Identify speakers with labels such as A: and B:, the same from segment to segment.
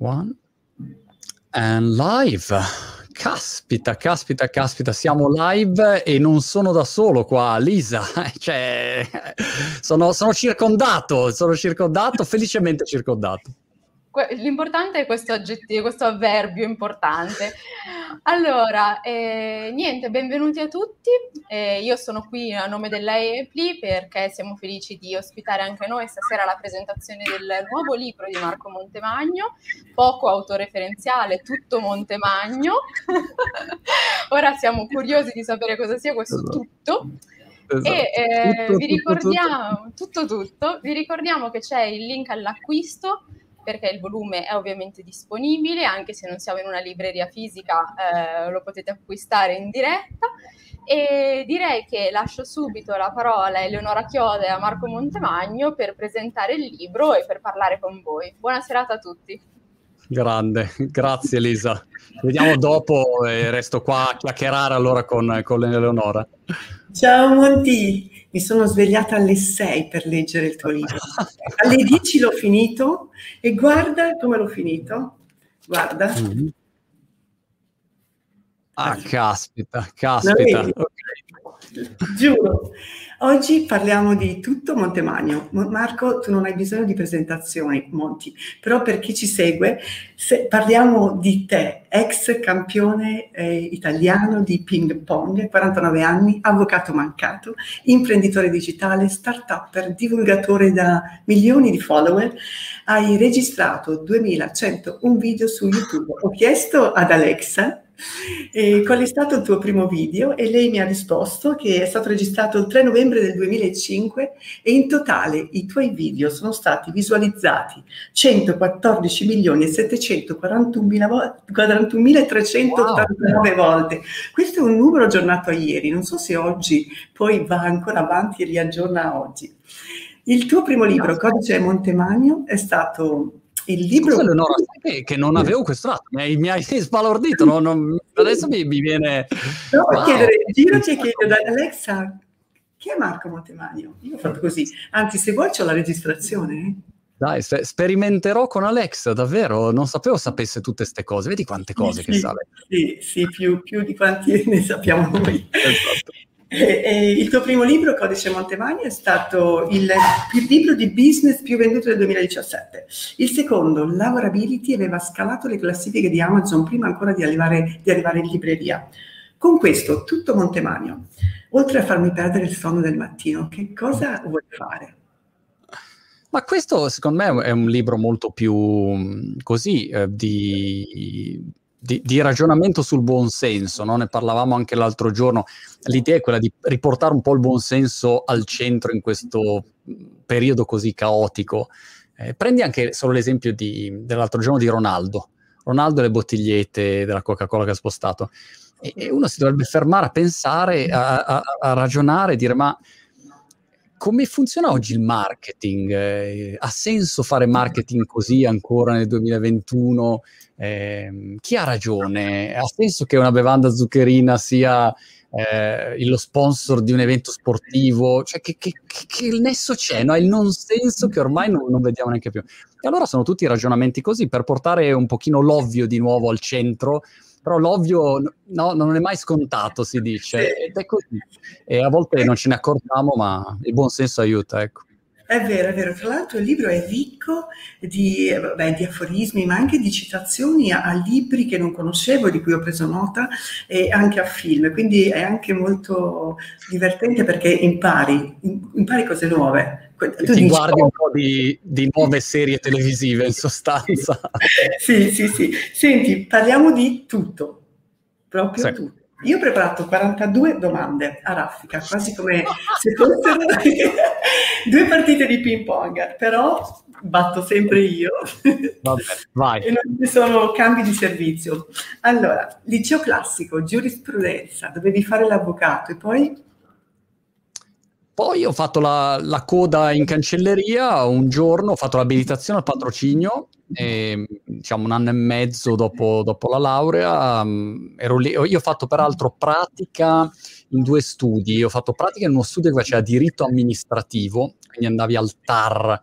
A: One and live. Caspita, siamo live e non sono da solo qua, Lisa. Cioè, sono circondato, felicemente circondato.
B: L'importante è questo aggettivo, questo avverbio importante. Allora, niente, benvenuti a tutti. Io sono qui a nome della EPLI perché siamo felici di ospitare anche noi stasera la presentazione del nuovo libro di Marco Montemagno, poco autoreferenziale, tutto Montemagno. Ora siamo curiosi di sapere cosa sia questo tutto.
A: Esatto.
B: E vi ricordiamo vi ricordiamo che c'è il link all'acquisto, perché il volume è ovviamente disponibile, anche se non siamo in una libreria fisica, lo potete acquistare in diretta. E direi che lascio subito la parola a Eleonora Chiode e a Marco Montemagno per presentare il libro e per parlare con voi. Buona serata a tutti.
A: Grande, grazie Elisa. Vediamo dopo e resto qua a chiacchierare allora con Eleonora.
C: Ciao Monti, mi sono svegliata alle 6 per leggere il tuo libro. Alle 10 l'ho finito e guarda come l'ho finito. Guarda.
A: Mm-hmm. Caspita. Okay.
C: Giuro. Oggi parliamo di tutto Montemagno. Marco, tu non hai bisogno di presentazioni, Monti, però per chi ci segue, parliamo di te, ex campione italiano di ping pong, 49 anni, avvocato mancato, imprenditore digitale, start-upper, divulgatore da milioni di follower. Hai registrato 2101 video su YouTube. Ho chiesto ad Alexa qual è stato il tuo primo video e lei mi ha risposto che è stato registrato il 3 novembre del 2005 e in totale i tuoi video sono stati visualizzati 114.741.389 volte. Questo è un numero aggiornato a ieri, non so se oggi poi va ancora avanti e li aggiorna a oggi. Il tuo primo libro, Codice Montemagno, è stato il libro...
A: Scusa, Eleonora, che non avevo questo dato, mi hai sbalordito, adesso mi viene...
C: No, wow. Girati e chiedo da Alexa, chi è Marco Montemagno? Io ho fatto così, anzi se vuoi c'ho la registrazione.
A: Dai, sperimenterò con Alexa, davvero, non sapevo sapesse tutte queste cose, vedi quante cose che sa.
C: Sì, più di quanti ne sappiamo noi.
A: Esatto.
C: Il tuo primo libro, Codice Montemagno, è stato il libro di business più venduto del 2017. Il secondo, Lavorability, aveva scalato le classifiche di Amazon prima ancora di arrivare in libreria. Con questo, tutto Montemagno, oltre a farmi perdere il sonno del mattino, che cosa vuoi fare?
A: Ma questo, secondo me, è un libro molto più così di ragionamento sul buonsenso, no? Ne parlavamo anche l'altro giorno. L'idea è quella di riportare un po' il buonsenso al centro in questo periodo così caotico. Prendi anche solo l'esempio dell'altro giorno di Ronaldo e le bottigliette della Coca-Cola che ha spostato. E uno si dovrebbe fermare a pensare, a ragionare e dire: ma come funziona oggi il marketing? Ha senso fare marketing così ancora nel 2021? Chi ha ragione? Ha senso che una bevanda zuccherina sia lo sponsor di un evento sportivo? Cioè, che il nesso c'è, no? È il non senso che ormai non vediamo neanche più. E allora sono tutti ragionamenti così, per portare un pochino l'ovvio di nuovo al centro. Però l'ovvio non è mai scontato, si dice, ed è così. E a volte non ce ne accorgiamo, ma il buon senso aiuta, ecco.
C: È vero. Tra l'altro il libro è ricco di aforismi, ma anche di citazioni a libri che non conoscevo, di cui ho preso nota, e anche a film. Quindi è anche molto divertente perché impari cose nuove.
A: Ti guardi un po' di nuove serie televisive, in sostanza.
C: Sì. Senti, parliamo di tutto, proprio sì. Tutto. Io ho preparato 42 domande a raffica, quasi come se fossero 2 partite di ping pong, però batto sempre io.
A: Vabbè, vai.
C: E non ci sono cambi di servizio. Allora, liceo classico, giurisprudenza, dovevi fare l'avvocato e poi...
A: Poi ho fatto la coda in cancelleria un giorno, ho fatto l'abilitazione al patrocinio, e, diciamo 1 anno e mezzo dopo la laurea ero lì. Io ho fatto peraltro pratica in 2 studi, ho fatto pratica in uno studio che faceva diritto amministrativo, quindi andavi al TAR,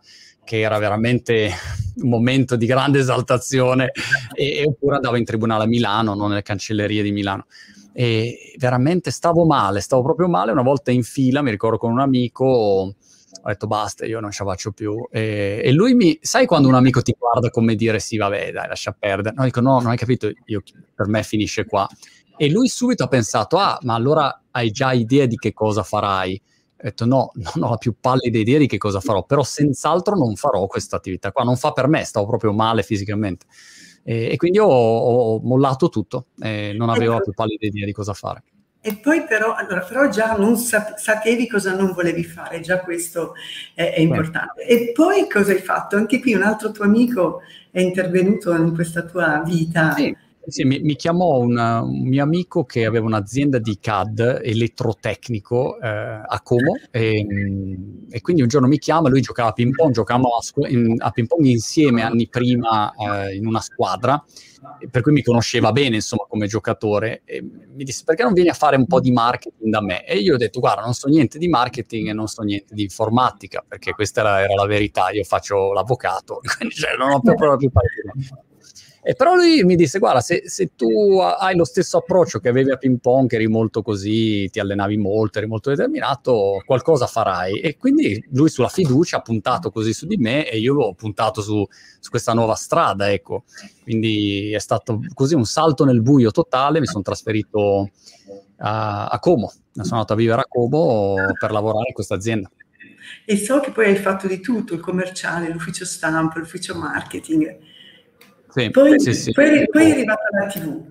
A: che era veramente un momento di grande esaltazione, oppure andavo in tribunale a Milano, non nelle cancellerie di Milano. E veramente stavo proprio male. Una volta in fila, mi ricordo, con un amico, ho detto basta, io non ce la faccio più. E lui sai quando un amico ti guarda come dire sì, vabbè, dai, lascia perdere. No, dico no, non hai capito, per me finisce qua. E lui subito ha pensato, ma allora hai già idea di che cosa farai? Ho detto no, non ho la più pallida idea di che cosa farò, però senz'altro non farò questa attività qua, non fa per me, stavo proprio male fisicamente. E quindi ho mollato tutto, non avevo la più pallida idea di cosa fare.
C: E poi però già non sapevi cosa non volevi fare, già questo è importante. E poi cosa hai fatto? Anche qui un altro tuo amico è intervenuto in questa tua vita.
A: Sì, mi chiamò un mio amico che aveva un'azienda di CAD elettrotecnico a Como, e quindi un giorno mi chiama, lui giocava a ping pong, giocavamo a ping pong insieme anni prima in una squadra, per cui mi conosceva bene, insomma, come giocatore, e mi disse perché non vieni a fare un po' di marketing da me? E io ho detto guarda, non so niente di marketing e non so niente di informatica, perché questa era la verità, io faccio l'avvocato, quindi non ho proprio la più parte. E però lui mi disse guarda, se tu hai lo stesso approccio che avevi a ping pong, che eri molto così, ti allenavi molto, eri molto determinato, qualcosa farai. E quindi lui sulla fiducia ha puntato così su di me, e io ho puntato su questa nuova strada, ecco. Quindi è stato così un salto nel buio totale. Mi sono trasferito a Como, sono andato a vivere a Como per lavorare in questa azienda.
C: E so che poi hai fatto di tutto, il commerciale, l'ufficio stampa, l'ufficio marketing.
A: Sì,
C: poi
A: sì.
C: Poi è arrivata la TV.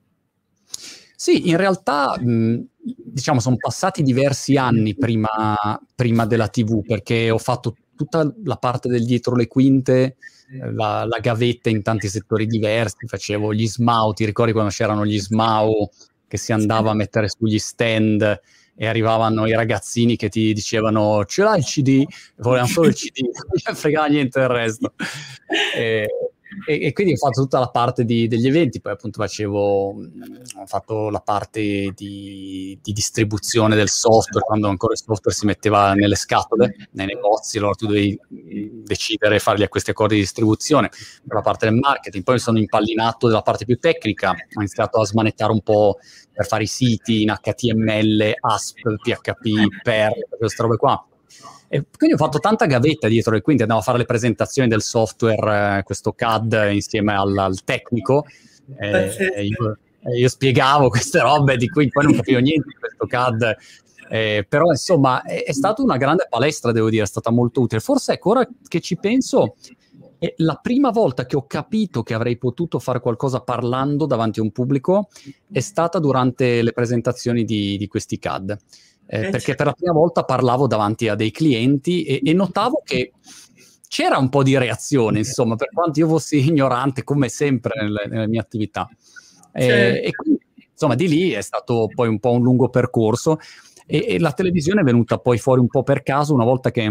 A: Sì, in realtà diciamo sono passati diversi anni prima della TV, perché ho fatto tutta la parte del dietro le quinte, la gavetta in tanti settori diversi, facevo gli SMAU, ti ricordi quando c'erano gli SMAU che si andava a mettere sugli stand e arrivavano i ragazzini che ti dicevano ce l'hai il CD? Volevano solo il CD, non mi fregava niente del resto. E quindi ho fatto tutta la parte degli eventi, poi appunto ho fatto la parte di distribuzione del software, quando ancora il software si metteva nelle scatole, nei negozi, allora tu devi decidere, fargli questi accordi di distribuzione, per la parte del marketing. Poi mi sono impallinato della parte più tecnica, ho iniziato a smanettare un po' per fare i siti in HTML, ASP, PHP, Perl, queste robe qua. E quindi ho fatto tanta gavetta dietro le quinte, andavo a fare le presentazioni del software, questo CAD, insieme al tecnico, io spiegavo queste robe di cui poi non capivo niente di questo CAD, però insomma è stata una grande palestra, devo dire, è stata molto utile. Forse ecco, ora che ci penso, è la prima volta che ho capito che avrei potuto fare qualcosa parlando davanti a un pubblico è stata durante le presentazioni di questi CAD. Perché per la prima volta parlavo davanti a dei clienti e notavo che c'era un po' di reazione, insomma, per quanto io fossi ignorante, come sempre nelle mie attività. E quindi, insomma, di lì è stato poi un po' un lungo percorso, e la televisione è venuta poi fuori un po' per caso, una volta che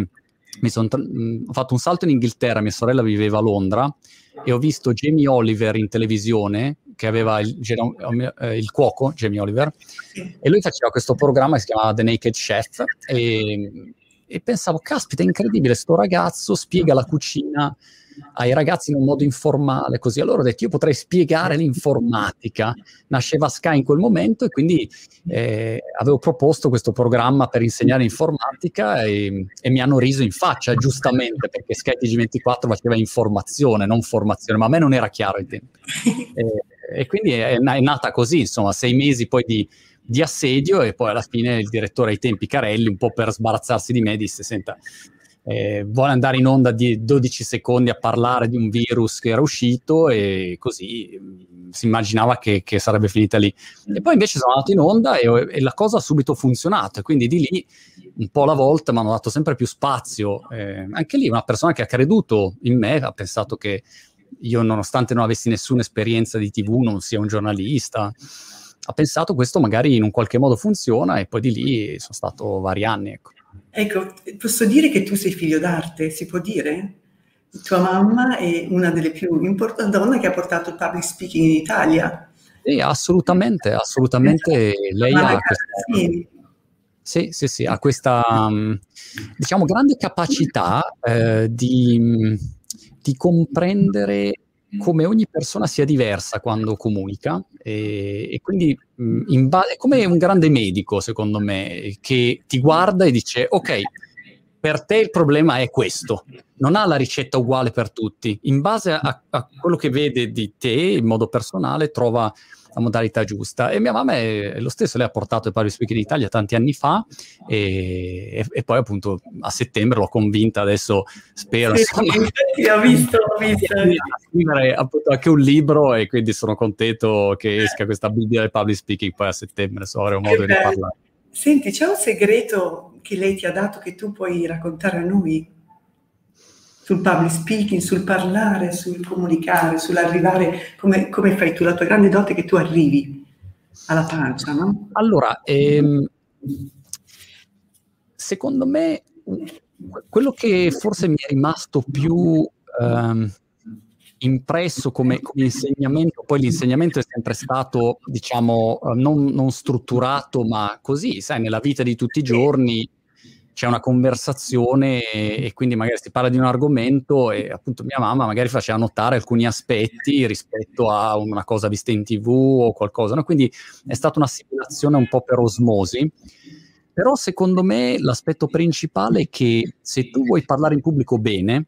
A: ho fatto un salto in Inghilterra, mia sorella viveva a Londra, e ho visto Jamie Oliver in televisione, che aveva il cuoco, Jamie Oliver, e lui faceva questo programma che si chiamava The Naked Chef, e pensavo, caspita, è incredibile, sto ragazzo spiega la cucina ai ragazzi in un modo informale, così. Allora ho detto, io potrei spiegare l'informatica. Nasceva Sky in quel momento, e quindi avevo proposto questo programma per insegnare informatica, e mi hanno riso in faccia, giustamente, perché Sky TG24 faceva informazione, non formazione, ma a me non era chiaro ai tempi. E quindi è nata così, insomma, 6 mesi poi di assedio, e poi alla fine il direttore ai tempi, Carelli, un po' per sbarazzarsi di me, disse, senta, vuole andare in onda di 12 secondi a parlare di un virus che era uscito, e così si immaginava che sarebbe finita lì. E poi invece sono andato in onda e la cosa ha subito funzionato, e quindi di lì, un po' alla volta, mi hanno dato sempre più spazio. Anche lì una persona che ha creduto in me, ha pensato che io, nonostante non avessi nessuna esperienza di TV, non sia un giornalista, ha pensato questo magari in un qualche modo funziona, e poi di lì sono stato vari anni, ecco.
C: Ecco, posso dire che tu sei figlio d'arte, si può dire? Tua mamma è una delle più importanti donne che ha portato il public speaking in Italia.
A: Sì, assolutamente. Lei ha Sì, sì, sì, ha questa, diciamo, grande capacità di comprendere come ogni persona sia diversa quando comunica e quindi è come un grande medico, secondo me, che ti guarda e dice, ok, per te il problema è questo, non ha la ricetta uguale per tutti, in base a quello che vede di te in modo personale trova la modalità giusta. E mia mamma è lo stesso, lei ha portato il Public Speaking in Italia tanti anni fa e poi appunto a settembre l'ho convinta, adesso spero
C: Sì,
A: insomma
C: infatti ho visto.
A: a scrivere appunto anche un libro e quindi sono contento che esca questa Bibbia del Public Speaking poi a settembre, insomma avremo modo di parlare.
C: Senti, c'è un segreto che lei ti ha dato che tu puoi raccontare a noi? Sul public speaking, sul parlare, sul comunicare, sull'arrivare, come fai tu, la tua grande dote che tu arrivi alla pancia, no?
A: Allora, secondo me quello che forse mi è rimasto più impresso come insegnamento, poi l'insegnamento è sempre stato, diciamo, non strutturato, ma così, sai, nella vita di tutti i giorni c'è una conversazione e quindi magari si parla di un argomento e appunto mia mamma magari faceva notare alcuni aspetti rispetto a una cosa vista in TV o qualcosa, no? Quindi è stata un'assimilazione un po' per osmosi, però secondo me l'aspetto principale è che se tu vuoi parlare in pubblico bene,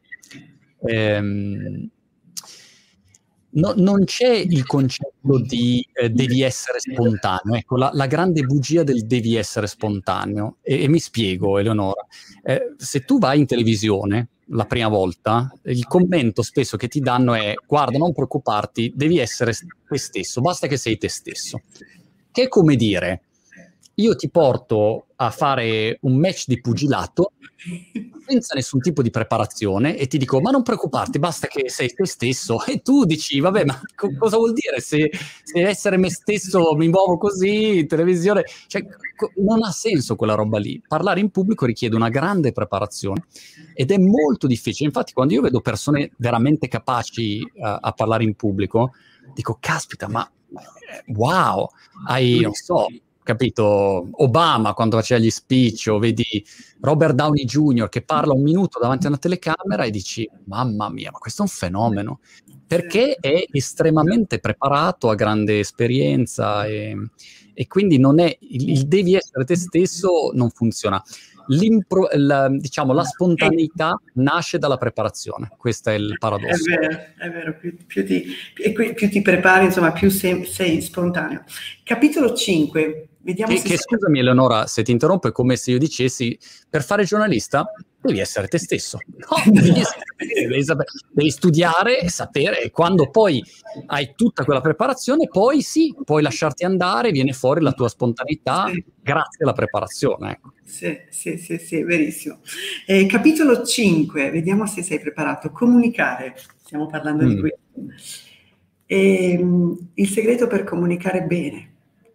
A: non c'è il concetto di devi essere spontaneo, ecco, la grande bugia del devi essere spontaneo, e mi spiego, Eleonora. Se tu vai in televisione la prima volta, il commento spesso che ti danno è guarda, non preoccuparti, devi essere te stesso, basta che sei te stesso. Che è come dire, io ti porto a fare un match di pugilato senza nessun tipo di preparazione e ti dico ma non preoccuparti, basta che sei te stesso, e tu dici vabbè ma cosa vuol dire se essere me stesso mi muovo così in televisione, cioè non ha senso quella roba lì. Parlare in pubblico richiede una grande preparazione ed è molto difficile. Infatti quando io vedo persone veramente capaci a parlare in pubblico dico caspita, ma wow, hai, non so, capito, Obama quando faceva gli speech, o vedi Robert Downey Jr. che parla un minuto davanti a una telecamera e dici mamma mia, ma questo è un fenomeno, perché è estremamente preparato, ha grande esperienza e quindi non è il devi essere te stesso, non funziona. Diciamo, la spontaneità nasce dalla preparazione, questo è il paradosso.
C: È vero, più ti prepari, insomma, più sei spontaneo. Capitolo 5, vediamo se...
A: Scusami Eleonora, se ti interrompo, è come se io dicessi, per fare giornalista devi essere te stesso. No, devi studiare e sapere, e quando poi hai tutta quella preparazione, poi sì, puoi lasciarti andare, viene fuori la tua spontaneità grazie alla preparazione. Ecco.
C: Sì, verissimo. Capitolo 5, vediamo se sei preparato. Comunicare, stiamo parlando di questo. Il segreto per comunicare bene.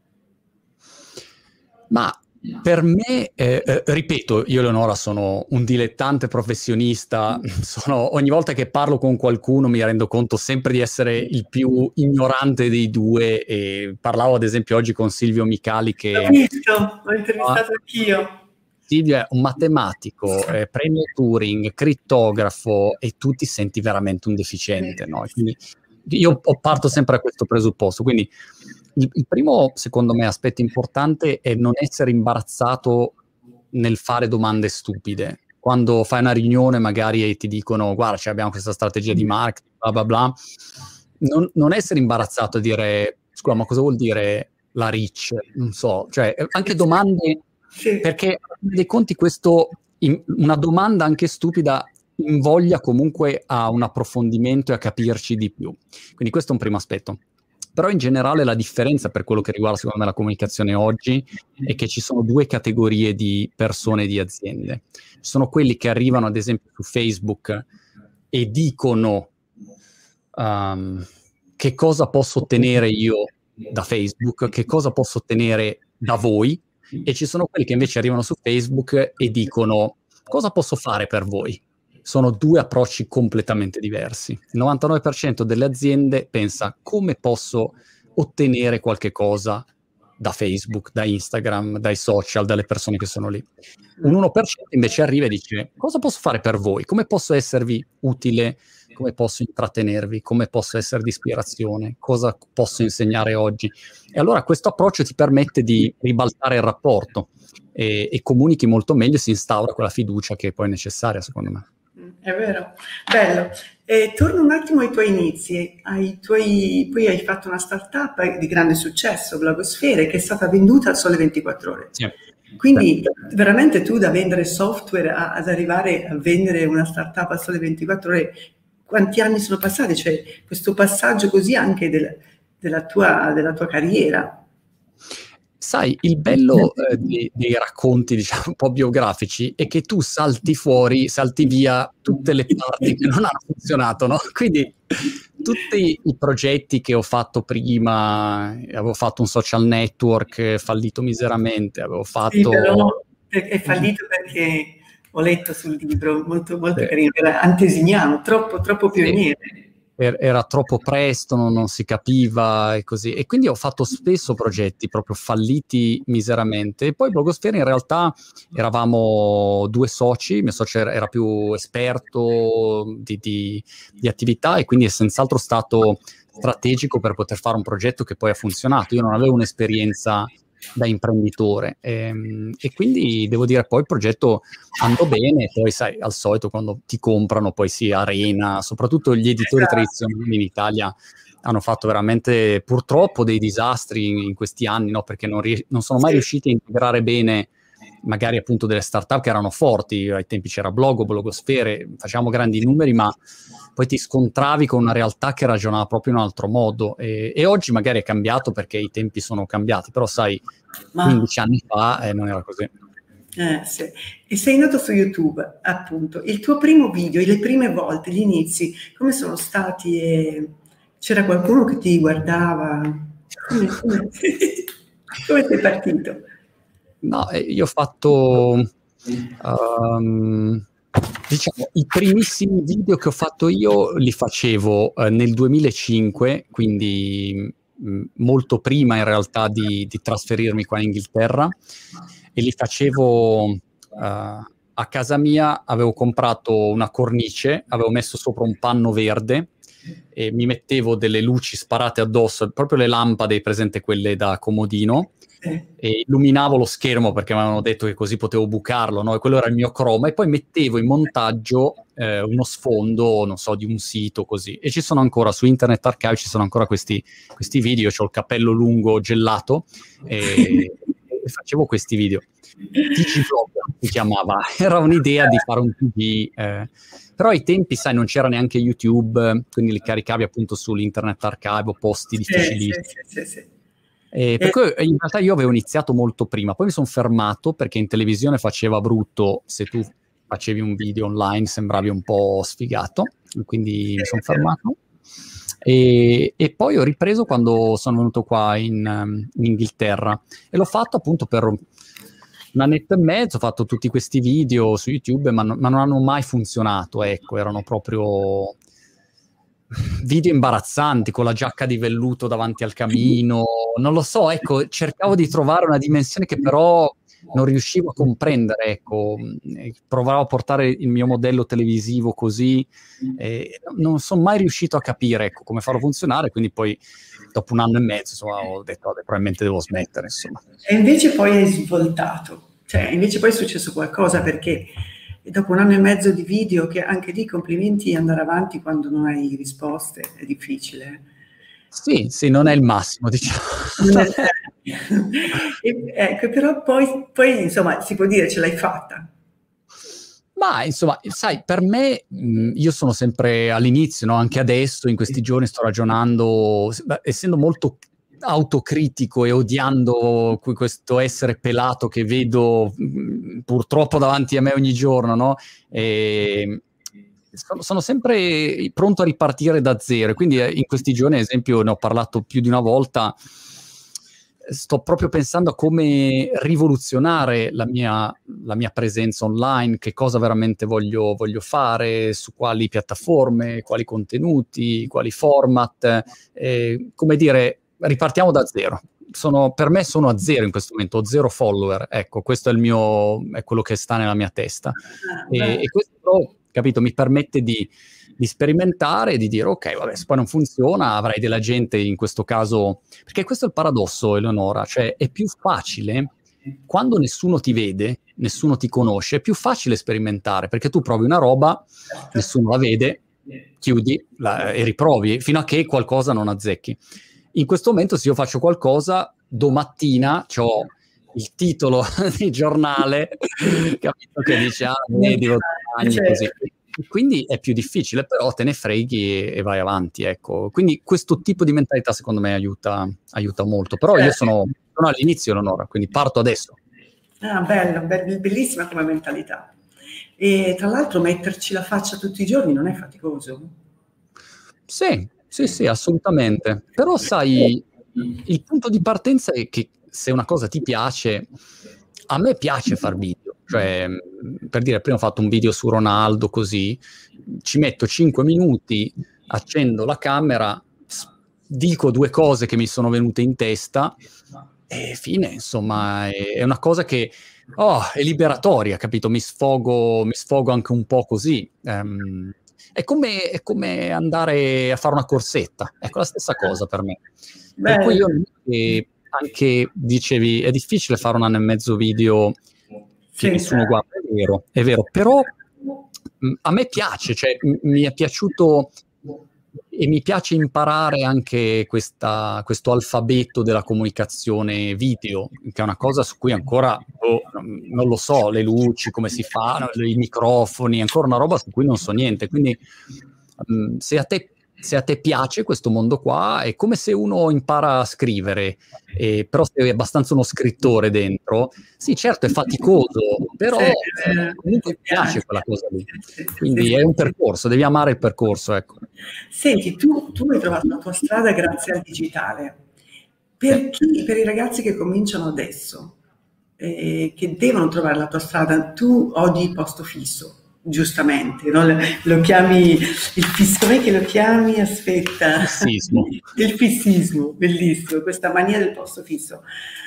A: Ma per me, ripeto, io Eleonora sono un dilettante professionista, ogni volta che parlo con qualcuno mi rendo conto sempre di essere il più ignorante dei due, e parlavo ad esempio oggi con Silvio Micali che...
C: L'ho visto, l'ho intervistato anch'io.
A: Silvio è un matematico, premio Turing, crittografo, e tu ti senti veramente un deficiente, no? Quindi io parto sempre da questo presupposto, quindi il primo, secondo me, aspetto importante è non essere imbarazzato nel fare domande stupide. Quando fai una riunione magari e ti dicono guarda, abbiamo questa strategia di marketing, bla bla bla, non essere imbarazzato a dire scusa, ma cosa vuol dire la reach? Non so, cioè anche domande, perché dei conti una domanda anche stupida invoglia comunque a un approfondimento e a capirci di più. Quindi questo è un primo aspetto. Però in generale la differenza per quello che riguarda secondo me la comunicazione oggi è che ci sono due categorie di persone e di aziende. Ci sono quelli che arrivano ad esempio su Facebook e dicono che cosa posso ottenere io da Facebook, che cosa posso ottenere da voi, e ci sono quelli che invece arrivano su Facebook e dicono cosa posso fare per voi. Sono due approcci completamente diversi. Il 99% delle aziende pensa come posso ottenere qualche cosa da Facebook, da Instagram, dai social, dalle persone che sono lì. Un 1% invece arriva e dice: cosa posso fare per voi? Come posso esservi utile? Come posso intrattenervi? Come posso essere di ispirazione? Cosa posso insegnare oggi? E allora questo approccio ti permette di ribaltare il rapporto e comunichi molto meglio, si instaura quella fiducia che poi è necessaria, secondo me.
C: È vero, bello. Torno un attimo ai tuoi inizi, poi hai fatto una startup di grande successo, Blogosfere, che è stata venduta al Sole 24 Ore.
A: Sì.
C: Quindi veramente tu da vendere software ad arrivare a vendere una startup al Sole 24 Ore, quanti anni sono passati? Cioè questo passaggio così anche della tua carriera.
A: Sai, il bello dei racconti, diciamo, un po' biografici è che tu salti via tutte le parti che non hanno funzionato, no? Quindi tutti i progetti che ho fatto prima, avevo fatto un social network fallito miseramente, avevo fatto...
C: Sì, però è fallito perché ho letto sul libro, molto, molto carino, era antesignano, troppo pioniere.
A: Sì. Era troppo presto, non si capiva e così. E quindi ho fatto spesso progetti proprio falliti miseramente. E poi Blogosfera in realtà eravamo 2 soci, il mio socio era più esperto di attività e quindi è senz'altro stato strategico per poter fare un progetto che poi ha funzionato. Io non avevo un'esperienza da imprenditore e quindi devo dire poi il progetto andò bene, poi sai, al solito quando ti comprano poi si arena, soprattutto gli editori tradizionali in Italia hanno fatto veramente purtroppo dei disastri in questi anni, no? Perché non sono mai riusciti a integrare bene magari appunto delle startup che erano forti, ai tempi c'era Blogosfere, facevamo grandi numeri, ma poi ti scontravi con una realtà che ragionava proprio in un altro modo e oggi magari è cambiato perché i tempi sono cambiati, però sai, 15 anni fa non era così.
C: Sì. E sei nato su YouTube, appunto. Il tuo primo video, le prime volte, gli inizi, come sono stati? C'era qualcuno che ti guardava? Come sei partito?
A: No, io ho fatto, diciamo, i primissimi video che ho fatto io li facevo nel 2005, quindi molto prima in realtà di trasferirmi qua in Inghilterra, e li facevo a casa mia. Avevo comprato una cornice, avevo messo sopra un panno verde e mi mettevo delle luci sparate addosso, proprio le lampade, presente quelle da comodino, e illuminavo lo schermo perché mi avevano detto che così potevo bucarlo, no? E quello era il mio croma, e poi mettevo in montaggio uno sfondo, non so, di un sito così, e ci sono ancora su Internet Archive, ci sono ancora questi video. C'ho il cappello lungo gelato e facevo questi video. TG-Vlog si chiamava, era un'idea di fare un TG, però ai tempi, sai, non c'era neanche YouTube, quindi li caricavi appunto sull'Internet Archive, posti difficilissimi.
C: Sì.
A: Per cui in realtà io avevo iniziato molto prima, poi mi sono fermato perché in televisione faceva brutto, se tu facevi un video online sembravi un po' sfigato, quindi mi sono fermato. E poi ho ripreso quando sono venuto qua in Inghilterra e l'ho fatto appunto per un annetto e mezzo, ho fatto tutti questi video su YouTube, ma non hanno mai funzionato, ecco, erano proprio video imbarazzanti con la giacca di velluto davanti al camino, non lo so, ecco, cercavo di trovare una dimensione che però non riuscivo a comprendere, ecco, provavo a portare il mio modello televisivo così, non sono mai riuscito a capire, ecco, come farlo funzionare, quindi poi dopo un anno e mezzo, insomma, ho detto, vabbè, probabilmente devo smettere, insomma.
C: E invece poi hai svoltato, cioè invece poi è successo qualcosa, perché dopo un anno e mezzo di video, che anche lì complimenti, andare avanti quando non hai risposte è difficile.
A: Sì, non è il massimo, diciamo.
C: Ecco, però poi insomma si può dire ce l'hai fatta.
A: Ma insomma, sai, per me, io sono sempre all'inizio, no? Anche adesso, in questi giorni sto ragionando, essendo molto autocritico e odiando questo essere pelato che vedo purtroppo davanti a me ogni giorno, no? Sono sempre pronto a ripartire da zero, quindi in questi giorni, ad esempio, ne ho parlato più di una volta, sto proprio pensando a come rivoluzionare la mia presenza online, che cosa veramente voglio fare, su quali piattaforme, quali contenuti, quali format, come dire, ripartiamo da zero. per me sono a zero in questo momento, ho 0 follower, ecco, questo è quello che sta nella mia testa. E questo però, capito, mi permette di sperimentare e di dire ok, vabbè, se poi non funziona avrai della gente in questo caso, perché questo è il paradosso, Eleonora, cioè è più facile quando nessuno ti vede, nessuno ti conosce, è più facile sperimentare, perché tu provi una roba, nessuno la vede, chiudi e riprovi fino a che qualcosa non azzecchi. In questo momento se io faccio qualcosa, domattina c'ho il titolo di giornale, capito, che dice vedi, così. Quindi è più difficile, però te ne freghi e vai avanti, ecco. Quindi questo tipo di mentalità secondo me aiuta molto, però io sono all'inizio, Eleonora, quindi parto adesso.
C: Bello, bellissima come mentalità. E tra l'altro metterci la faccia tutti i giorni non è faticoso?
A: Sì, assolutamente. Però sai, il punto di partenza è che se una cosa ti piace, a me piace far video, cioè per dire, prima ho fatto un video su Ronaldo così, ci metto 5 minuti, accendo la camera, dico 2 cose che mi sono venute in testa e fine, insomma, è una cosa che è liberatoria, capito? Mi sfogo anche un po' così. È come andare a fare una corsetta, ecco, la stessa cosa per me. Per cui io anche dicevi, è difficile fare 1 anno e mezzo video che nessuno guarda, è vero, però a me piace, cioè mi è piaciuto e mi piace imparare anche questo alfabeto della comunicazione video, che è una cosa su cui ancora non lo so, le luci, come si fa, i microfoni, ancora una roba su cui non so niente. Quindi se a te piace questo mondo qua, è come se uno impara a scrivere, però sei abbastanza uno scrittore dentro. Sì, certo, è faticoso, però comunque piace quella cosa lì. Quindi è un percorso, devi amare il percorso, ecco.
C: Senti, tu hai trovato la tua strada grazie al digitale. Per i ragazzi che cominciano adesso, che devono trovare la tua strada, tu odi il posto fisso. Giustamente, no? Lo chiami il fisso, com'è che lo chiami? Aspetta, il fissismo, bellissimo, questa mania del posto fisso.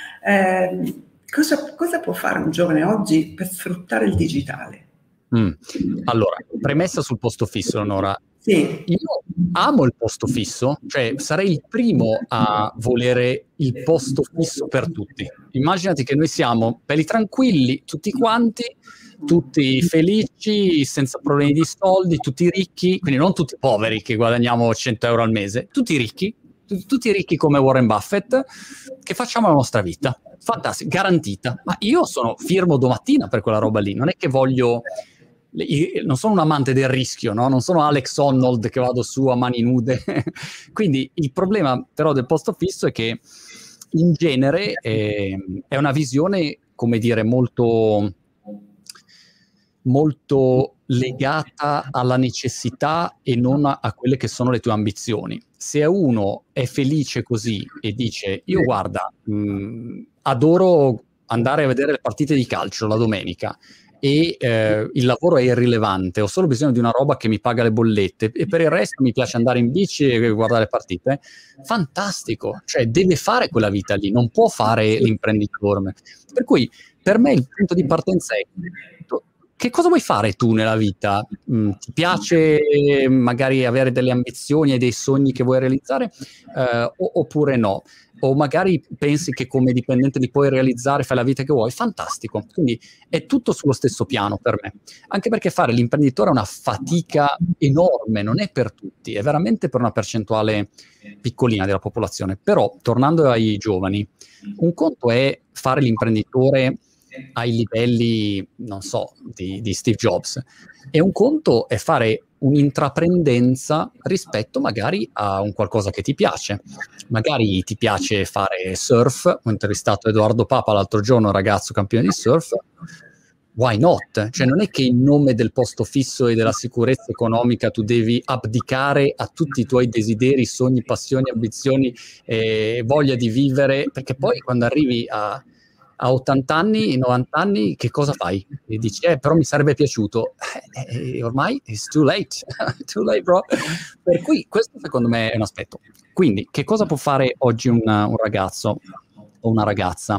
C: Cosa può fare un giovane oggi per sfruttare il digitale?
A: Allora, premessa sul posto fisso, Eleonora.
C: Sì.
A: Io amo il posto fisso, cioè sarei il primo a volere il posto fisso per tutti. Immaginati che noi siamo belli tranquilli, tutti quanti, tutti felici, senza problemi di soldi, tutti ricchi, quindi non tutti poveri che guadagniamo 100 euro al mese, tutti ricchi come Warren Buffett, che facciamo la nostra vita. Fantastico, garantita. Ma io sono firmo domattina per quella roba lì, non è che non sono un amante del rischio, no? Non sono Alex Honnold che vado su a mani nude. Quindi il problema però del posto fisso è che in genere è una visione, come dire, molto legata alla necessità e non a quelle che sono le tue ambizioni. Se uno è felice così e dice io guarda, adoro andare a vedere le partite di calcio la domenica e il lavoro è irrilevante, ho solo bisogno di una roba che mi paga le bollette e per il resto mi piace andare in bici e guardare le partite, fantastico, cioè deve fare quella vita lì, non può fare l'imprenditore. Per cui per me il punto di partenza è che cosa vuoi fare tu nella vita? Ti piace magari avere delle ambizioni e dei sogni che vuoi realizzare oppure no? O magari pensi che come dipendente li puoi realizzare, fai la vita che vuoi? Fantastico. Quindi è tutto sullo stesso piano per me. Anche perché fare l'imprenditore è una fatica enorme, non è per tutti, è veramente per una percentuale piccolina della popolazione. Però, tornando ai giovani, un conto è fare l'imprenditore ai livelli, non so, di Steve Jobs, e un conto è fare un'intraprendenza rispetto magari a un qualcosa che ti piace. Magari ti piace fare surf, ho intervistato Edoardo Papa l'altro giorno, un ragazzo campione di surf, why not? Cioè non è che in nome del posto fisso e della sicurezza economica tu devi abdicare a tutti i tuoi desideri, sogni, passioni, ambizioni, voglia di vivere, perché poi quando arrivi a 80 anni, 90 anni, che cosa fai? E dici, però mi sarebbe piaciuto. Ormai it's too late, too late, bro. Per cui questo secondo me è un aspetto. Quindi, che cosa può fare oggi un ragazzo? o una ragazza,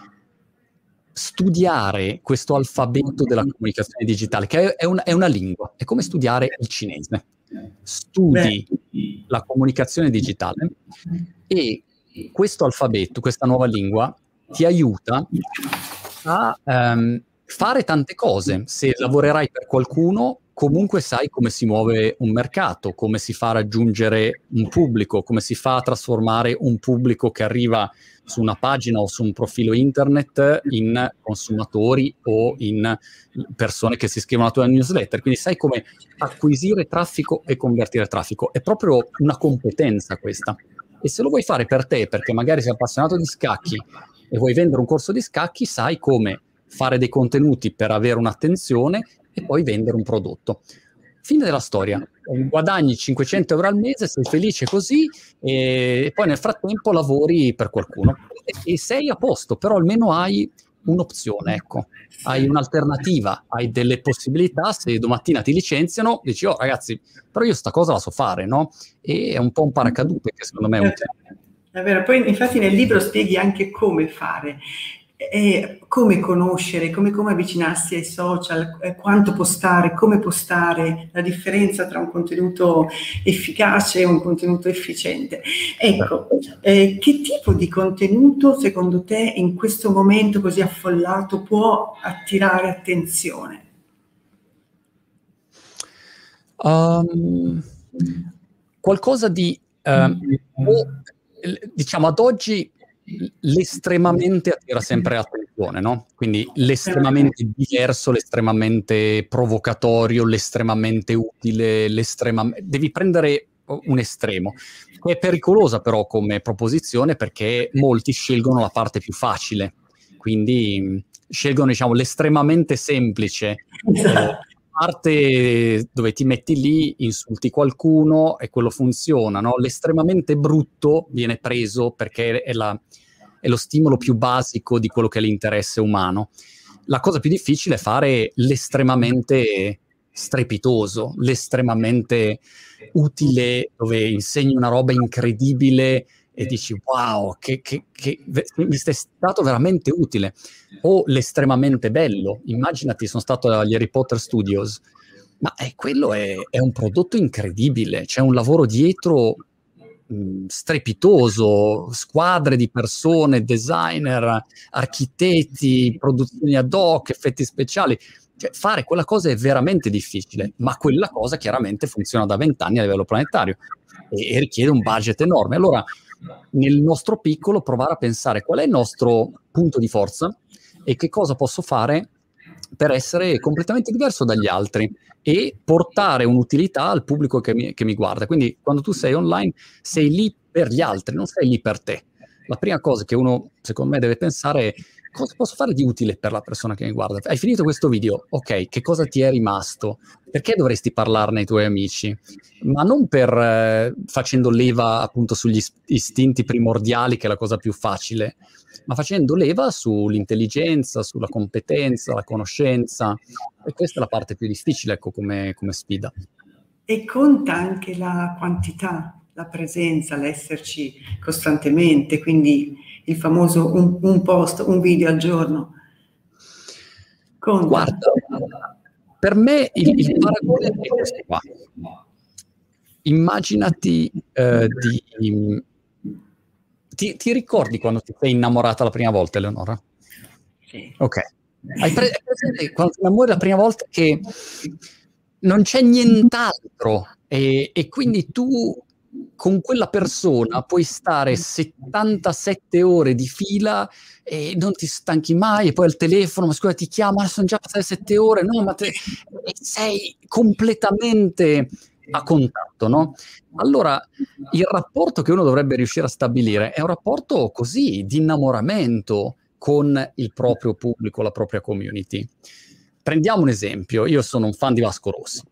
A: studiare questo alfabeto della comunicazione digitale, che è una lingua, è come studiare il cinese. Studi la comunicazione digitale e questo alfabeto, questa nuova lingua, ti aiuta a fare tante cose. Se lavorerai per qualcuno, comunque sai come si muove un mercato, come si fa a raggiungere un pubblico, come si fa a trasformare un pubblico che arriva su una pagina o su un profilo internet in consumatori o in persone che si iscrivono alla tua newsletter. Quindi sai come acquisire traffico e convertire traffico. È proprio una competenza questa. E se lo vuoi fare per te, perché magari sei appassionato di scacchi e vuoi vendere un corso di scacchi, sai come fare dei contenuti per avere un'attenzione e poi vendere un prodotto. Fine della storia. Guadagni 500 euro al mese, sei felice così e poi nel frattempo lavori per qualcuno e sei a posto, però almeno hai un'opzione, ecco. Hai un'alternativa, hai delle possibilità. Se domattina ti licenziano, dici, oh ragazzi, però io sta cosa la so fare, no? E è un po' un paracadute che secondo me è utile.
C: È vero, poi infatti nel libro spieghi anche come fare, come conoscere, come avvicinarsi ai social, quanto postare, come postare, la differenza tra un contenuto efficace e un contenuto efficiente. Ecco, che tipo di contenuto secondo te in questo momento così affollato può attirare attenzione?
A: Qualcosa di, diciamo ad oggi, l'estremamente attira sempre l'attenzione, no? Quindi l'estremamente diverso, l'estremamente provocatorio, l'estremamente utile, devi prendere un estremo. È pericolosa però come proposizione perché molti scelgono la parte più facile, quindi scelgono, diciamo, l'estremamente semplice, parte dove ti metti lì, insulti qualcuno e quello funziona, no? L'estremamente brutto viene preso perché è lo stimolo più basico di quello che è l'interesse umano. La cosa più difficile è fare l'estremamente strepitoso, l'estremamente utile, dove insegni una roba incredibile e dici wow, che mi sei stato veramente utile. O l'estremamente bello, immaginati, sono stato agli Harry Potter Studios, ma quello è un prodotto incredibile, c'è un lavoro dietro strepitoso, squadre di persone, designer, architetti, produzioni ad hoc, effetti speciali. Cioè, fare quella cosa è veramente difficile, ma quella cosa chiaramente funziona da 20 anni a livello planetario e richiede un budget enorme. Allora, nel nostro piccolo, provare a pensare qual è il nostro punto di forza e che cosa posso fare per essere completamente diverso dagli altri e portare un'utilità al pubblico che mi guarda. Quindi quando tu sei online sei lì per gli altri, non sei lì per te. La prima cosa che uno, secondo me, deve pensare è: cosa posso fare di utile per la persona che mi guarda? Hai finito questo video, ok, che cosa ti è rimasto? Perché dovresti parlarne ai tuoi amici? Ma non per facendo leva appunto sugli istinti primordiali, che è la cosa più facile, ma facendo leva sull'intelligenza, sulla competenza, la conoscenza. E questa è la parte più difficile, ecco, come sfida.
C: E conta anche la quantità, la presenza, l'esserci costantemente, quindi il famoso un post, un video al giorno. Conta.
A: Guarda, per me il paragone è questo qua. Immaginati ti ricordi quando ti sei innamorata la prima volta, Eleonora?
C: Sì.
A: Ok. Hai presente quando ti innamori la prima volta che non c'è nient'altro e quindi tu con quella persona puoi stare 77 ore di fila e non ti stanchi mai, e poi al telefono, ma scusa, ti chiamo, sono già passate 7 ore, no, ma e sei completamente a contatto, no? Allora, il rapporto che uno dovrebbe riuscire a stabilire è un rapporto così, di innamoramento con il proprio pubblico, la propria community. Prendiamo un esempio, io sono un fan di Vasco Rossi.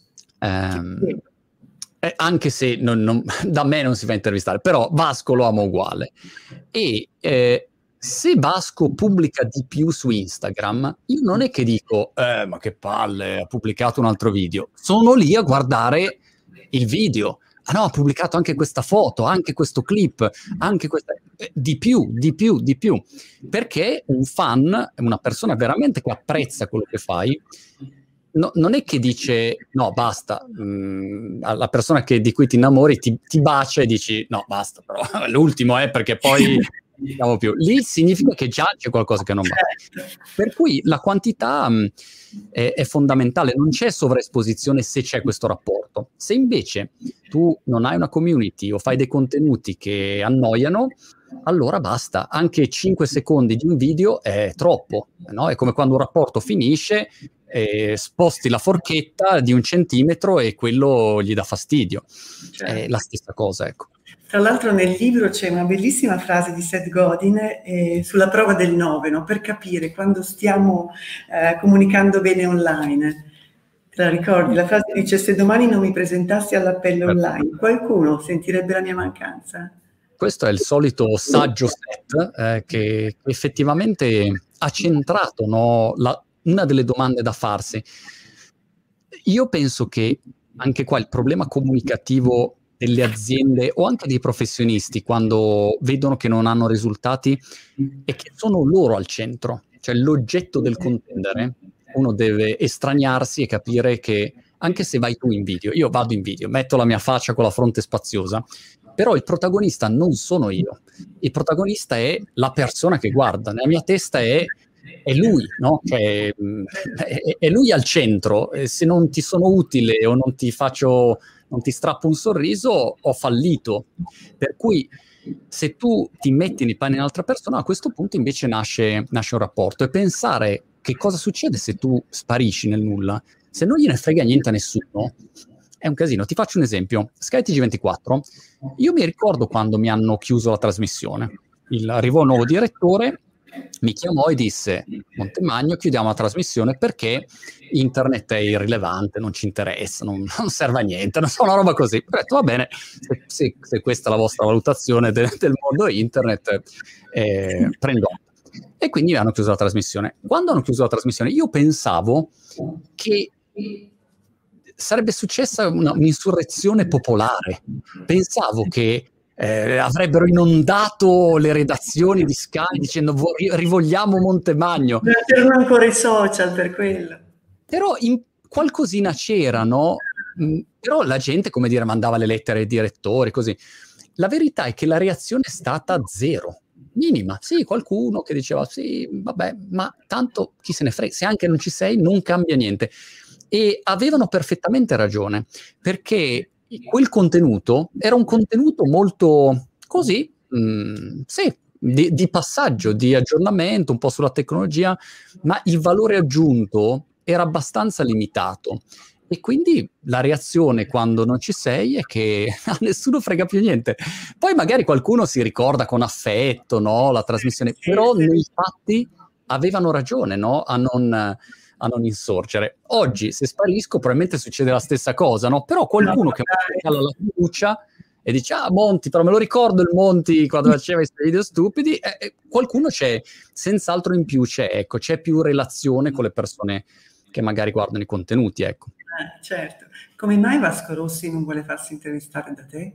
A: Anche se da me non si fa intervistare, però Vasco lo amo uguale. E se Vasco pubblica di più su Instagram, io non è che dico ma che palle, ha pubblicato un altro video. Sono lì a guardare il video. Ah no, ha pubblicato anche questa foto, anche questo clip, anche questa... Di più, perché un fan, una persona veramente che apprezza quello che fai, non è che dice no, basta, alla persona di cui ti innamori ti bacia e dici no, basta, però l'ultimo perché poi diciamo più. Lì significa che già c'è qualcosa che non va. Per cui la quantità è fondamentale, non c'è sovraesposizione se c'è questo rapporto. Se invece tu non hai una community o fai dei contenuti che annoiano, allora basta, anche 5 secondi di un video è troppo, no? È come quando un rapporto finisce, sposti la forchetta di 1 centimetro e quello gli dà fastidio. Certo. È la stessa cosa, ecco.
C: Tra l'altro nel libro c'è una bellissima frase di Seth Godin sulla prova del 9, no? Per capire quando stiamo comunicando bene online. Te la ricordi? La frase dice: se domani non mi presentassi all'appello online, qualcuno sentirebbe la mia mancanza?
A: Questo è il solito saggio Seth che effettivamente ha centrato, no, una delle domande da farsi. Io penso che anche qua il problema comunicativo delle aziende o anche dei professionisti, quando vedono che non hanno risultati, è che sono loro al centro. Cioè l'oggetto del contendere, uno deve estraniarsi e capire che anche se vai tu in video, io vado in video, metto la mia faccia con la fronte spaziosa, però il protagonista non sono io, il protagonista è la persona che guarda, nella mia testa è lui, no? Cioè, è lui al centro, e se non ti sono utile o non ti strappo un sorriso, ho fallito. Per cui se tu ti metti nei panni di un'altra persona, a questo punto invece nasce un rapporto, e pensare che cosa succede se tu sparisci nel nulla, se non gliene frega niente a nessuno, è un casino. Ti faccio un esempio. skyTG24, io mi ricordo quando mi hanno chiuso la trasmissione. Arrivò un nuovo direttore, mi chiamò e disse: Montemagno, chiudiamo la trasmissione perché internet è irrilevante, non ci interessa, non serve a niente, non so, una roba così. Ho detto: va bene, se questa è la vostra valutazione del mondo internet, prendo. E quindi hanno chiuso la trasmissione. Quando hanno chiuso la trasmissione, io pensavo che sarebbe successa un'insurrezione popolare. Pensavo che avrebbero inondato le redazioni di Sky dicendo rivogliamo Montemagno.
C: Non c'erano ancora i social per quello.
A: Però qualcosina c'era, no? Però la gente, come dire, mandava le lettere ai direttori, così. La verità è che la reazione è stata zero, minima. Sì, qualcuno che diceva sì, vabbè, ma tanto chi se ne frega, se anche non ci sei non cambia niente. E avevano perfettamente ragione, perché quel contenuto era un contenuto molto così, sì, di passaggio, di aggiornamento, un po' sulla tecnologia, ma il valore aggiunto era abbastanza limitato. E quindi la reazione quando non ci sei è che a nessuno frega più niente. Poi magari qualcuno si ricorda con affetto, no, la trasmissione, però nei fatti avevano ragione, no, a non insorgere. Oggi, se sparisco, probabilmente succede la stessa cosa, no? Però qualcuno che regala la fiducia e dice: ah, Monti, però me lo ricordo il Monti quando faceva i suoi video stupidi, qualcuno c'è, senz'altro in più c'è più relazione con le persone che magari guardano i contenuti, ecco.
C: Certo. Come mai Vasco Rossi non vuole farsi intervistare da te?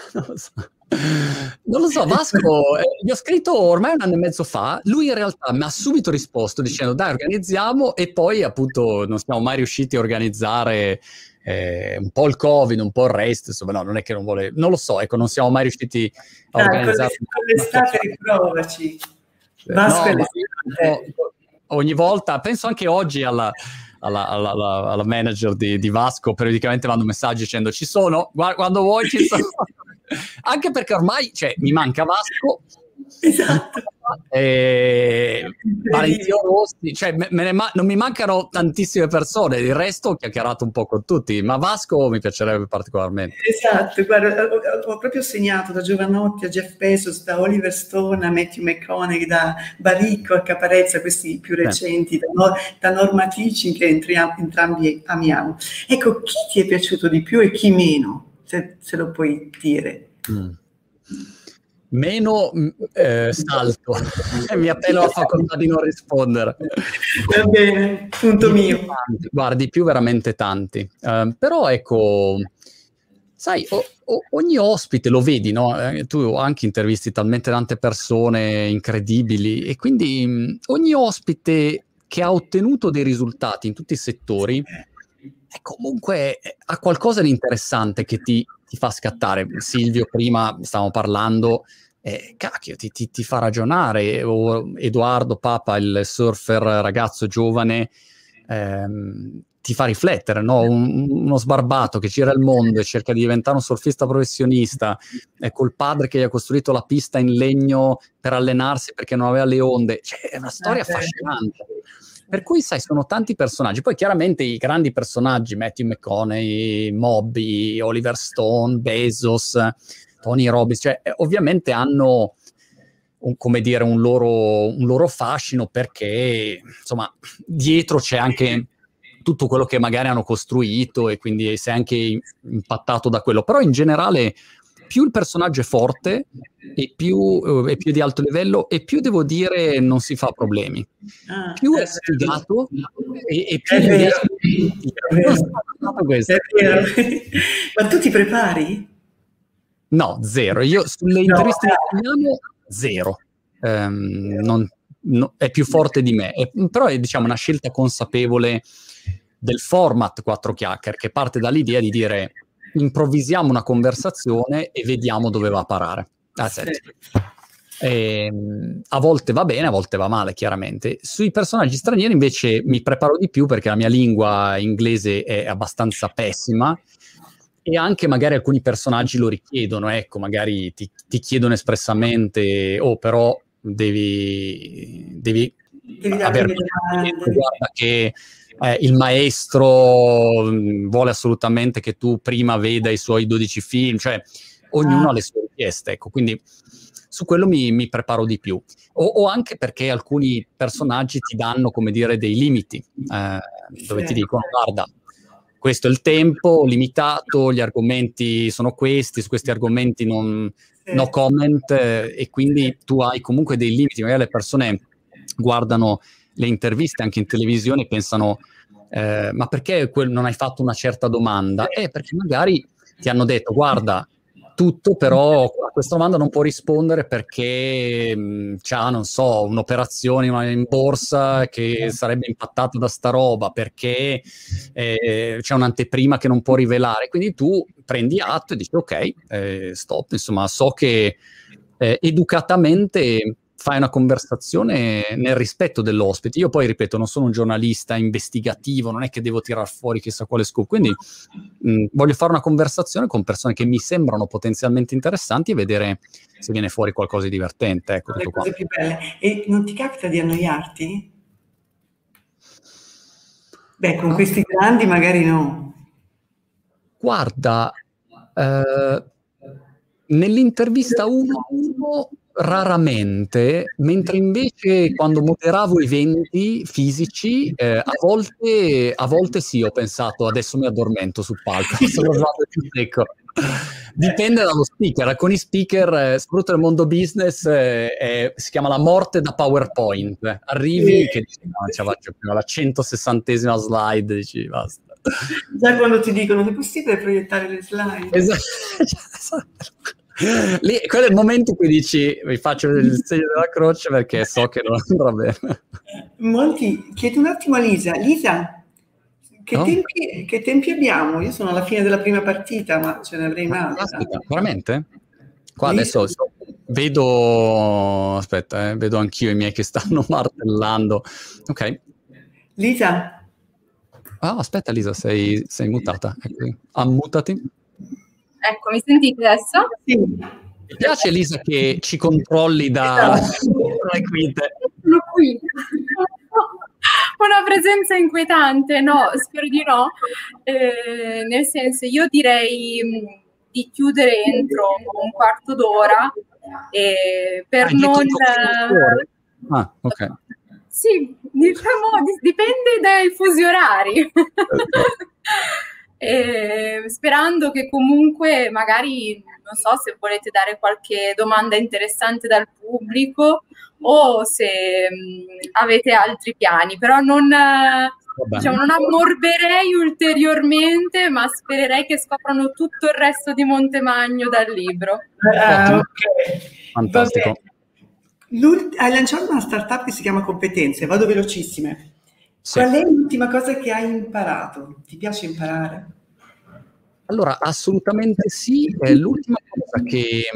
A: Non lo so, Vasco, gli ho scritto ormai 1 anno e mezzo fa, lui in realtà mi ha subito risposto dicendo dai, organizziamo, e poi appunto non siamo mai riusciti a organizzare, un po' il Covid, un po' il resto, insomma, no, non è che non vuole, non lo so, ecco, non siamo mai riusciti a organizzare.
C: Con l'estate riprovaci. Vasco,
A: no, ogni volta, penso anche oggi alla manager di Vasco, periodicamente mando messaggi dicendo ci sono, quando vuoi ci sono. Anche perché ormai, cioè, mi manca Vasco,
C: esatto,
A: Valentino Rossi, cioè non mi mancano tantissime persone, il resto ho chiacchierato un po' con tutti, ma Vasco mi piacerebbe particolarmente.
C: Esatto, guarda, ho proprio segnato da Giovanotti a Jeff Bezos, da Oliver Stone a Matthew McConaughey, da Baricco a Caparezza, questi più recenti, da Norma Ticin, che entrambi amiamo. Ecco, chi ti è piaciuto di più e chi meno, se lo puoi dire?
A: Meno salto, mi appello alla facoltà di non rispondere.
C: Va bene, punto mio.
A: Guardi, più veramente tanti, però ecco, Sai, ogni ospite lo vedi, no? Tu anche intervisti talmente tante persone incredibili e quindi ogni ospite che ha ottenuto dei risultati in tutti i settori comunque ha qualcosa di interessante che ti fa scattare. Silvio, prima stavamo parlando, cacchio, ti fa ragionare, o Edoardo Papa, il surfer ragazzo giovane, ti fa riflettere, no? Uno sbarbato che gira il mondo e cerca di diventare un surfista professionista, col padre che gli ha costruito la pista in legno per allenarsi perché non aveva le onde. Cioè, è una storia affascinante. Per cui, sai, sono tanti personaggi. Poi chiaramente i grandi personaggi, Matthew McConaughey, Moby, Oliver Stone, Bezos, Tony Robbins, cioè ovviamente hanno come dire, un loro fascino, perché insomma dietro c'è anche tutto quello che magari hanno costruito e quindi sei anche impattato da quello. Però in generale più il personaggio è forte e più è di alto livello e più, devo dire, non si fa problemi. Più è sfigato e più
C: è vero.
A: Questo.
C: È vero. Ma tu ti prepari?
A: No, zero. Io sulle interviste che facciamo, zero. È più forte di me. Però è, diciamo, una scelta consapevole del format 4 chiacchiere, che parte dall'idea di dire improvvisiamo una conversazione e vediamo dove va a parare. A volte va bene, a volte va male, chiaramente. Sui personaggi stranieri invece mi preparo di più, perché la mia lingua inglese è abbastanza pessima e anche magari alcuni personaggi lo richiedono, ecco, magari ti chiedono espressamente, però devi avere guarda che il maestro vuole assolutamente che tu prima veda i suoi 12 film, cioè ognuno ha le sue richieste, ecco, quindi su quello mi preparo di più. O anche perché alcuni personaggi ti danno, come dire, dei limiti, dove ti dicono, guarda, questo è il tempo limitato, gli argomenti sono questi, su questi argomenti no comment, e quindi tu hai comunque dei limiti. Magari le persone guardano le interviste anche in televisione e pensano, ma perché non hai fatto una certa domanda? Perché magari ti hanno detto, guarda, tutto, però a questa domanda non può rispondere perché c'ha, non so, un'operazione in borsa che sarebbe impattata da sta roba, perché c'è un'anteprima che non può rivelare. Quindi tu prendi atto e dici ok, stop, insomma, so che educatamente fai una conversazione nel rispetto dell'ospite. Io poi, ripeto, non sono un giornalista investigativo, non è che devo tirar fuori chissà quale scoop, quindi voglio fare una conversazione con persone che mi sembrano potenzialmente interessanti e vedere se viene fuori qualcosa di divertente. Ecco, tutto qua.
C: Le cose più belle. E non ti capita di annoiarti? Beh, con questi grandi magari no.
A: Guarda, nell'intervista 1 raramente, mentre invece quando moderavo eventi fisici, a volte sì, ho pensato adesso mi addormento sul palco, dipende dallo speaker. Alcuni speaker, soprattutto nel mondo business, si chiama la morte da PowerPoint. Arrivi che dici, no, ce la faccio più, alla 160esima slide, dici basta.
C: Già quando ti dicono che è possibile proiettare le slide.
A: Esatto. Lì, quello è il momento in cui dici vi faccio il segno della croce perché so che non andrà bene.
C: Monti, chiedo un attimo a Lisa. Lisa, che tempi abbiamo? Io sono alla fine della prima partita, ma ce ne avrei un'altra.
A: Aspetta, veramente? Qua Lisa. Adesso vedo, aspetta, vedo anch'io i miei che stanno martellando. Ok.
C: Lisa.
A: Aspetta Lisa, sei mutata. Ammutati.
B: Ecco, mi sentite adesso?
C: Sì.
A: Mi piace Elisa che ci controlli da quinte.
B: Sono qui. Una presenza inquietante, no, spero di no. Nel senso, io direi di chiudere entro un quarto d'ora per non...
A: ok.
B: Sì, diciamo, dipende dai fusi orari. Sperando che comunque magari, non so, se volete dare qualche domanda interessante dal pubblico o se avete altri piani, però non diciamo, non ammorberei ulteriormente, ma spererei che scoprano tutto il resto di Montemagno dal libro.
C: Ok,
A: fantastico.
C: Hai lanciato una startup che si chiama Competenze, vado velocissime.
A: Sì.
C: Qual è l'ultima cosa che hai imparato? Ti piace imparare?
A: Allora, assolutamente sì. L'ultima cosa che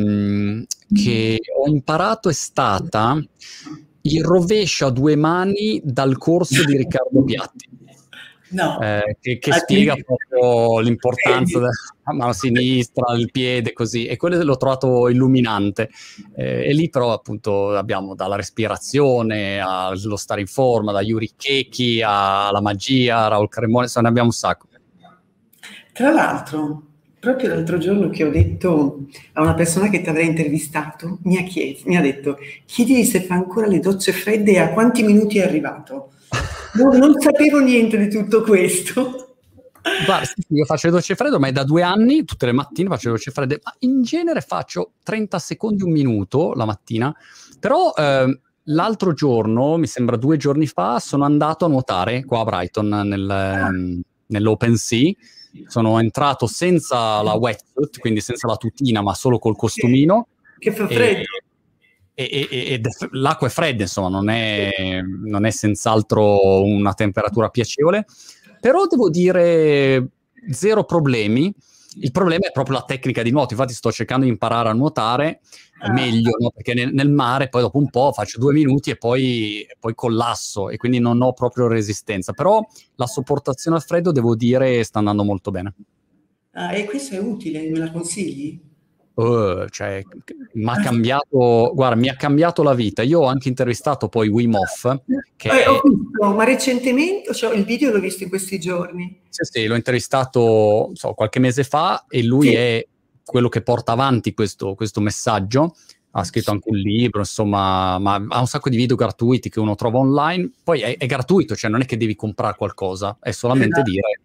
A: ho imparato è stata il rovescio a 2 mani dal corso di Riccardo Piatti.
C: No.
A: Che spiega proprio l'importanza della mano sinistra, il piede, così, e quello l'ho trovato illuminante. E lì però appunto abbiamo dalla respirazione allo stare in forma, da Yuri Keki alla magia, Raul Cremone, ne abbiamo un sacco.
C: Tra l'altro, proprio l'altro giorno che ho detto a una persona che ti avrei intervistato, mi ha detto, chiedigli se fa ancora le docce fredde e a quanti minuti è arrivato. Non sapevo niente di tutto questo.
A: Guarda, io faccio le docce fredde, ma è da 2 anni, tutte le mattine faccio le docce fredde, ma in genere faccio 30 secondi, 1 minuto la mattina, però l'altro giorno, mi sembra 2 giorni fa, sono andato a nuotare qua a Brighton, nell'open sea. Sono entrato senza la wetsuit, quindi senza la tutina, ma solo col costumino.
C: Che fa freddo.
A: E l'acqua è fredda, insomma, non è senz'altro una temperatura piacevole, però devo dire 0 problemi. Il problema è proprio la tecnica di nuoto, infatti sto cercando di imparare a nuotare meglio, no? Perché nel mare poi dopo un po' faccio 2 minuti e poi collasso, e quindi non ho proprio resistenza, però la sopportazione al freddo, devo dire, sta andando molto bene.
C: E questo è utile, me la consigli?
A: Cioè, mi ha cambiato la vita. Io ho anche intervistato poi Wim Hof,
C: Ho visto, ma recentemente, cioè, il video l'ho visto in questi giorni.
A: Sì, l'ho intervistato qualche mese fa, e lui è quello che porta avanti questo messaggio. Ha scritto anche un libro, insomma, ma ha un sacco di video gratuiti che uno trova online. Poi è gratuito, cioè non è che devi comprare qualcosa, è solamente dire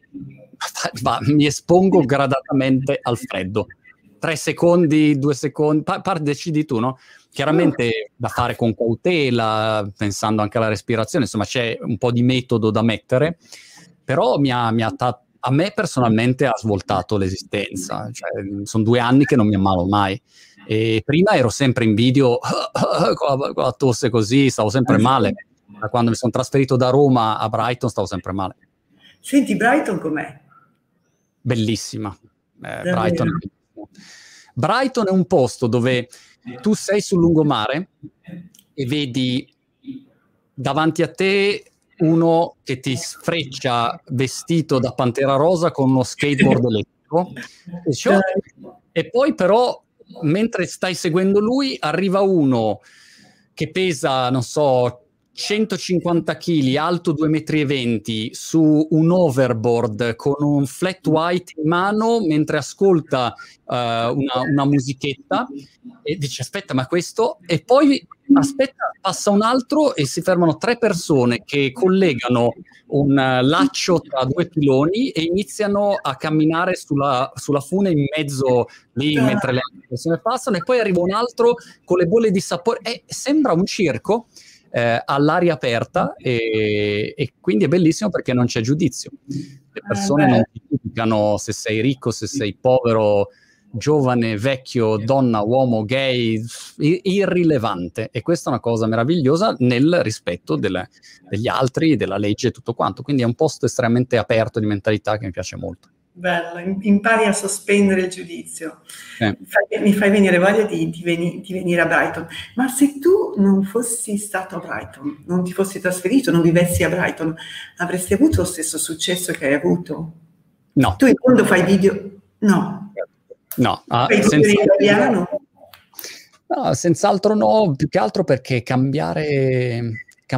A: mi espongo gradatamente al freddo. 3 secondi, 2 secondi, decidi tu, no? Chiaramente da fare con cautela, pensando anche alla respirazione, insomma c'è un po' di metodo da mettere, però a me personalmente ha svoltato l'esistenza. Cioè, sono 2 anni che non mi ammalo mai, e prima ero sempre in video con la tosse così, stavo sempre male. Da quando mi sono trasferito da Roma a Brighton stavo sempre male.
C: Senti, Brighton com'è?
A: Bellissima. Brighton è un posto dove tu sei sul lungomare e vedi davanti a te uno che ti sfreccia vestito da Pantera Rosa con uno skateboard elettrico, e poi però mentre stai seguendo lui arriva uno che pesa, non so, 150 kg, alto 2,20 metri, su un overboard con un flat white in mano mentre ascolta una musichetta, e dice aspetta, ma questo? E poi aspetta, passa un altro e si fermano 3 persone che collegano un laccio tra 2 piloni e iniziano a camminare sulla fune in mezzo lì mentre le altre persone passano, e poi arriva un altro con le bolle di sapone, e sembra un circo all'aria aperta, e quindi è bellissimo perché non c'è giudizio. Le persone non ti giudicano se sei ricco, se sei povero, giovane, vecchio, donna, uomo, gay, irrilevante, e questa è una cosa meravigliosa nel rispetto degli altri, della legge e tutto quanto, quindi è un posto estremamente aperto di mentalità che mi piace molto.
C: Bello, impari a sospendere il giudizio. Mi fai venire voglia di venire a Brighton. Ma se tu non fossi stato a Brighton, non ti fossi trasferito, non vivessi a Brighton, avresti avuto lo stesso successo che hai avuto?
A: No.
C: Tu in fondo fai video? No. Fai video in italiano?
A: No, senz'altro no, più che altro perché cambiare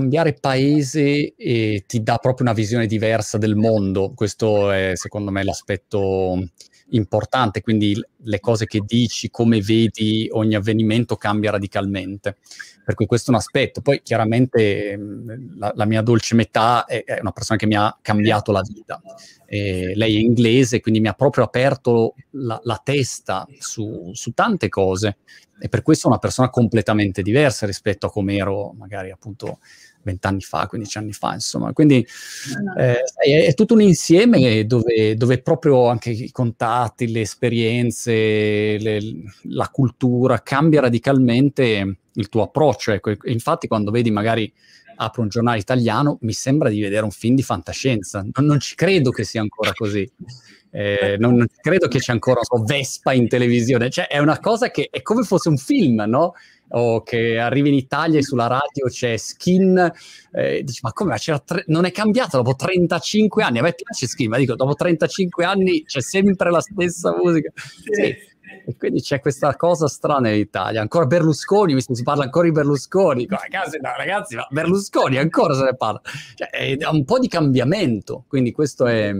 A: paese ti dà proprio una visione diversa del mondo. Questo è secondo me l'aspetto importante, quindi le cose che dici, come vedi ogni avvenimento cambia radicalmente, per cui questo è un aspetto. Poi chiaramente la mia dolce metà è una persona che mi ha cambiato la vita, lei è inglese, quindi mi ha proprio aperto la testa su tante cose, e per questo una persona completamente diversa rispetto a come ero magari appunto 20 anni fa, 15 anni fa, insomma. Quindi è tutto un insieme dove proprio anche i contatti, le esperienze, la cultura cambia radicalmente il tuo approccio. Ecco. E infatti quando vedi magari apro un giornale italiano, mi sembra di vedere un film di fantascienza. Non ci credo che sia ancora così. Non credo che c'è ancora Vespa in televisione. Cioè, è una cosa che è come fosse un film, no? O che arrivi in Italia e sulla radio c'è Skin, dici, ma come? Non è cambiato dopo 35 anni? A me piace Skin, ma dico, dopo 35 anni c'è sempre la stessa musica. Sì. E quindi c'è questa cosa strana in Italia. Ancora Berlusconi, si parla ancora di Berlusconi. Ragazzi, ma Berlusconi ancora se ne parla. Cioè, è un po' di cambiamento, quindi questo è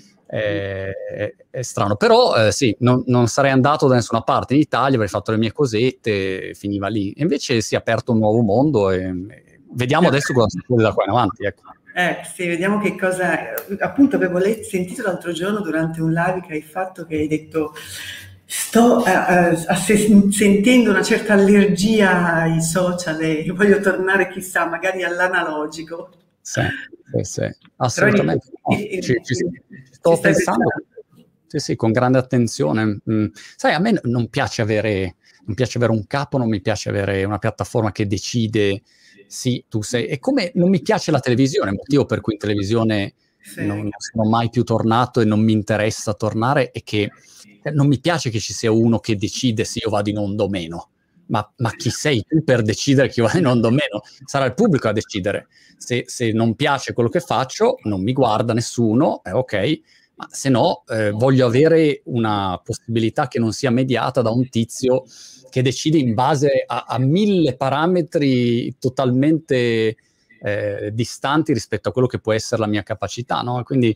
A: strano. Però sì, non sarei andato da nessuna parte in Italia, avrei fatto le mie cosette, finiva lì. E invece si è aperto un nuovo mondo e vediamo adesso cosa succede da qua in avanti, ecco.
C: Sì, vediamo che cosa... Appunto avevo sentito l'altro giorno durante un live che hai fatto, che hai detto sto sentendo una certa allergia ai social e voglio tornare, chissà, magari all'analogico.
A: Sì, assolutamente. Ci sto pensando. Sì, con grande attenzione. Sai, a me non piace avere un capo, non mi piace avere una piattaforma che decide sì, tu sei... E come non mi piace la televisione, motivo per cui in televisione non sono mai più tornato e non mi interessa tornare, è che non mi piace che ci sia uno che decide se io vado in onda o meno. Ma chi sei tu per decidere chi va in onda o meno? Sarà il pubblico a decidere. Se non piace quello che faccio, non mi guarda nessuno, è ok, ma se no voglio avere una possibilità che non sia mediata da un tizio che decide in base a 1000 parametri totalmente distanti rispetto a quello che può essere la mia capacità, no? Quindi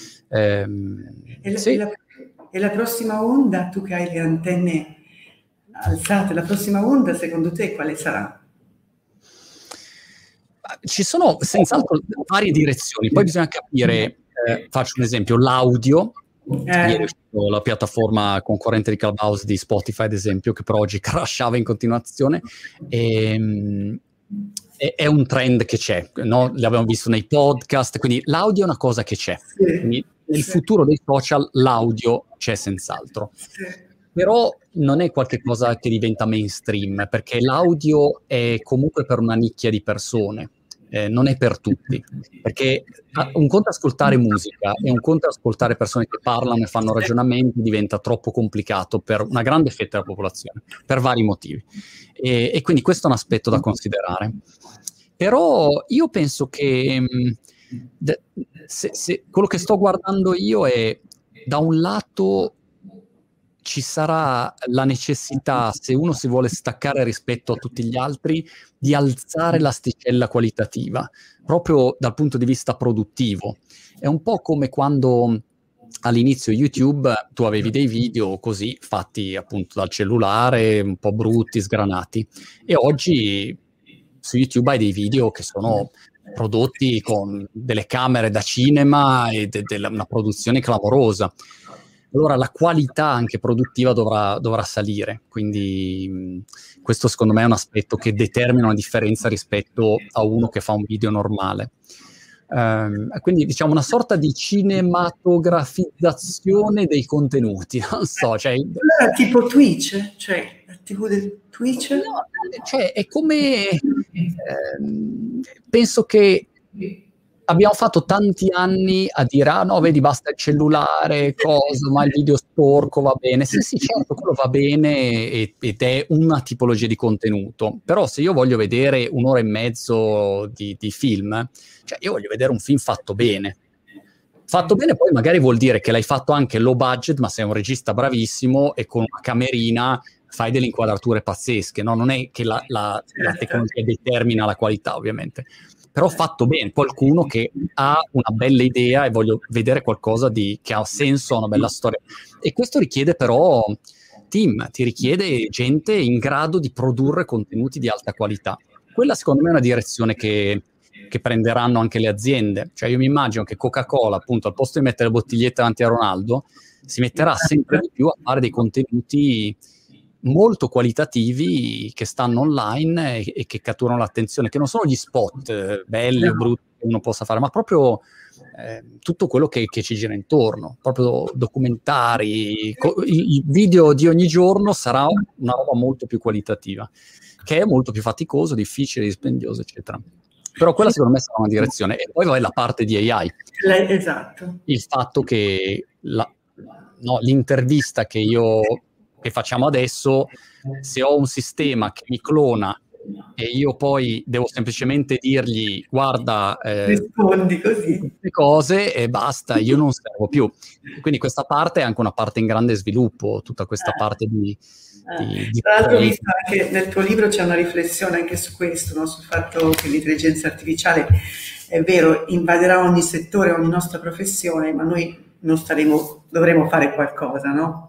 A: sì.
C: E la prossima onda, tu che hai le antenne alzate, la prossima onda secondo te quale sarà?
A: Ci sono senz'altro varie direzioni, poi bisogna capire, faccio un esempio, l'audio. Ieri la piattaforma concorrente di Clubhouse di Spotify, ad esempio, che per oggi crashava in continuazione, è un trend che c'è, no? L'abbiamo visto nei podcast, quindi l'audio è una cosa che c'è. Quindi nel futuro dei social l'audio c'è senz'altro. Però non è qualche cosa che diventa mainstream, perché l'audio è comunque per una nicchia di persone, non è per tutti, perché un conto ascoltare musica e un conto ascoltare persone che parlano e fanno ragionamenti diventa troppo complicato per una grande fetta della popolazione, per vari motivi. E quindi questo è un aspetto da considerare. Però io penso che se quello che sto guardando io è, da un lato ci sarà la necessità, se uno si vuole staccare rispetto a tutti gli altri, di alzare l'asticella qualitativa, proprio dal punto di vista produttivo. È un po' come quando all'inizio YouTube tu avevi dei video così, fatti appunto dal cellulare, un po' brutti, sgranati, e oggi su YouTube hai dei video che sono prodotti con delle camere da cinema e una produzione clamorosa. Allora la qualità anche produttiva dovrà salire, quindi questo secondo me è un aspetto che determina una differenza rispetto a uno che fa un video normale. Quindi diciamo una sorta di cinematografizzazione dei contenuti, non so. Cioè,
C: tipo Twitch? Cioè, la TV del Twitch?
A: No, cioè è come... penso che abbiamo fatto tanti anni a dire no, vedi, basta il cellulare, cosa, ma il video sporco va bene. Sì, certo, quello va bene ed è una tipologia di contenuto. Però se io voglio vedere 1 ora e mezzo di film, cioè io voglio vedere un film fatto bene. Fatto bene poi magari vuol dire che l'hai fatto anche low budget, ma sei un regista bravissimo e con una camerina fai delle inquadrature pazzesche, no? Non è che la tecnologia determina la qualità, ovviamente. Però fatto bene, qualcuno che ha una bella idea e voglio vedere qualcosa che ha senso, una bella storia. E questo richiede però team, ti richiede gente in grado di produrre contenuti di alta qualità. Quella secondo me è una direzione che prenderanno anche le aziende. Cioè io mi immagino che Coca-Cola, appunto, al posto di mettere le bottigliette davanti a Ronaldo, si metterà sempre di più a fare dei contenuti molto qualitativi che stanno online e che catturano l'attenzione, che non sono gli spot belli o brutti che uno possa fare, ma proprio tutto quello che ci gira intorno, proprio documentari, i video di ogni giorno sarà una roba molto più qualitativa, che è molto più faticoso, difficile, dispendioso, eccetera. Però quella secondo me sarà una direzione. E poi la parte di AI.
C: Esatto.
A: Il fatto che l'intervista che facciamo adesso, se ho un sistema che mi clona e io poi devo semplicemente dirgli guarda,
C: rispondi così
A: queste cose e basta, io non servo più. Quindi questa parte è anche una parte in grande sviluppo, tutta questa parte di
C: tra l'altro ho visto anche nel tuo libro c'è una riflessione anche su questo, no? Sul fatto che l'intelligenza artificiale, è vero, invaderà ogni settore, ogni nostra professione, ma noi non dovremo fare qualcosa, no?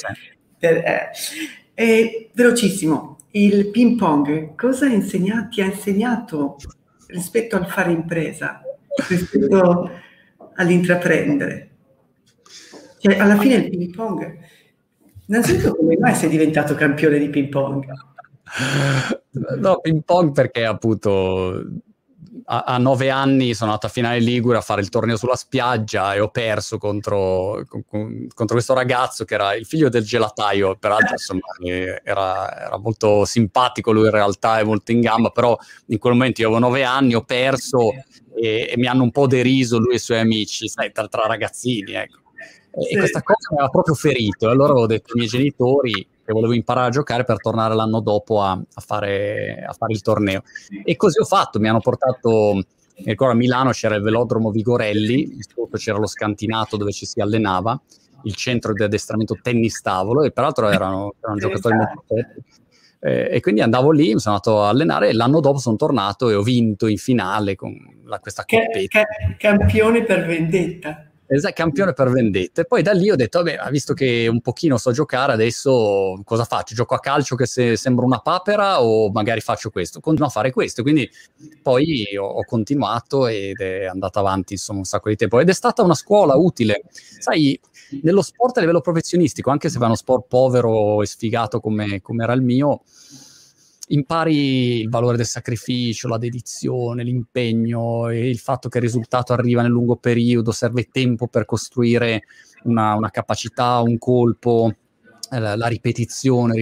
C: Velocissimo, il ping pong cosa ti ha insegnato rispetto al fare impresa, rispetto all'intraprendere? Cioè, alla fine il ping pong, innanzitutto come mai sei diventato campione di ping pong?
A: No, ping pong perché appunto a 9 anni sono andato a Finale Ligure a fare il torneo sulla spiaggia e ho perso contro questo ragazzo che era il figlio del gelataio, peraltro insomma era molto simpatico lui in realtà, è molto in gamba, però in quel momento io avevo 9 anni, ho perso e mi hanno un po' deriso lui e i suoi amici, sai, tra ragazzini, ecco. E questa cosa mi aveva proprio ferito, e allora ho detto ai miei genitori che volevo imparare a giocare per tornare l'anno dopo a fare il torneo. E così ho fatto, mi hanno portato, mi ricordo a Milano c'era il velodromo Vigorelli, sotto c'era lo scantinato dove ci si allenava, il centro di addestramento tennis tavolo, e peraltro erano giocatori molto forti. E quindi andavo lì, mi sono andato a allenare e l'anno dopo sono tornato e ho vinto in finale con questa coppetta.
C: Campione per vendetta.
A: Esatto, campione per vendetta. E poi da lì ho detto, vabbè, visto che un pochino so giocare, adesso cosa faccio? Gioco a calcio che sembra una papera o magari faccio questo? Continuo a fare questo. Quindi poi ho continuato ed è andata avanti insomma un sacco di tempo. Ed è stata una scuola utile. Sai, nello sport a livello professionistico, anche se va uno sport povero e sfigato come era il mio, impari il valore del sacrificio, la dedizione, l'impegno e il fatto che il risultato arriva nel lungo periodo, serve tempo per costruire una capacità, un colpo, la ripetizione,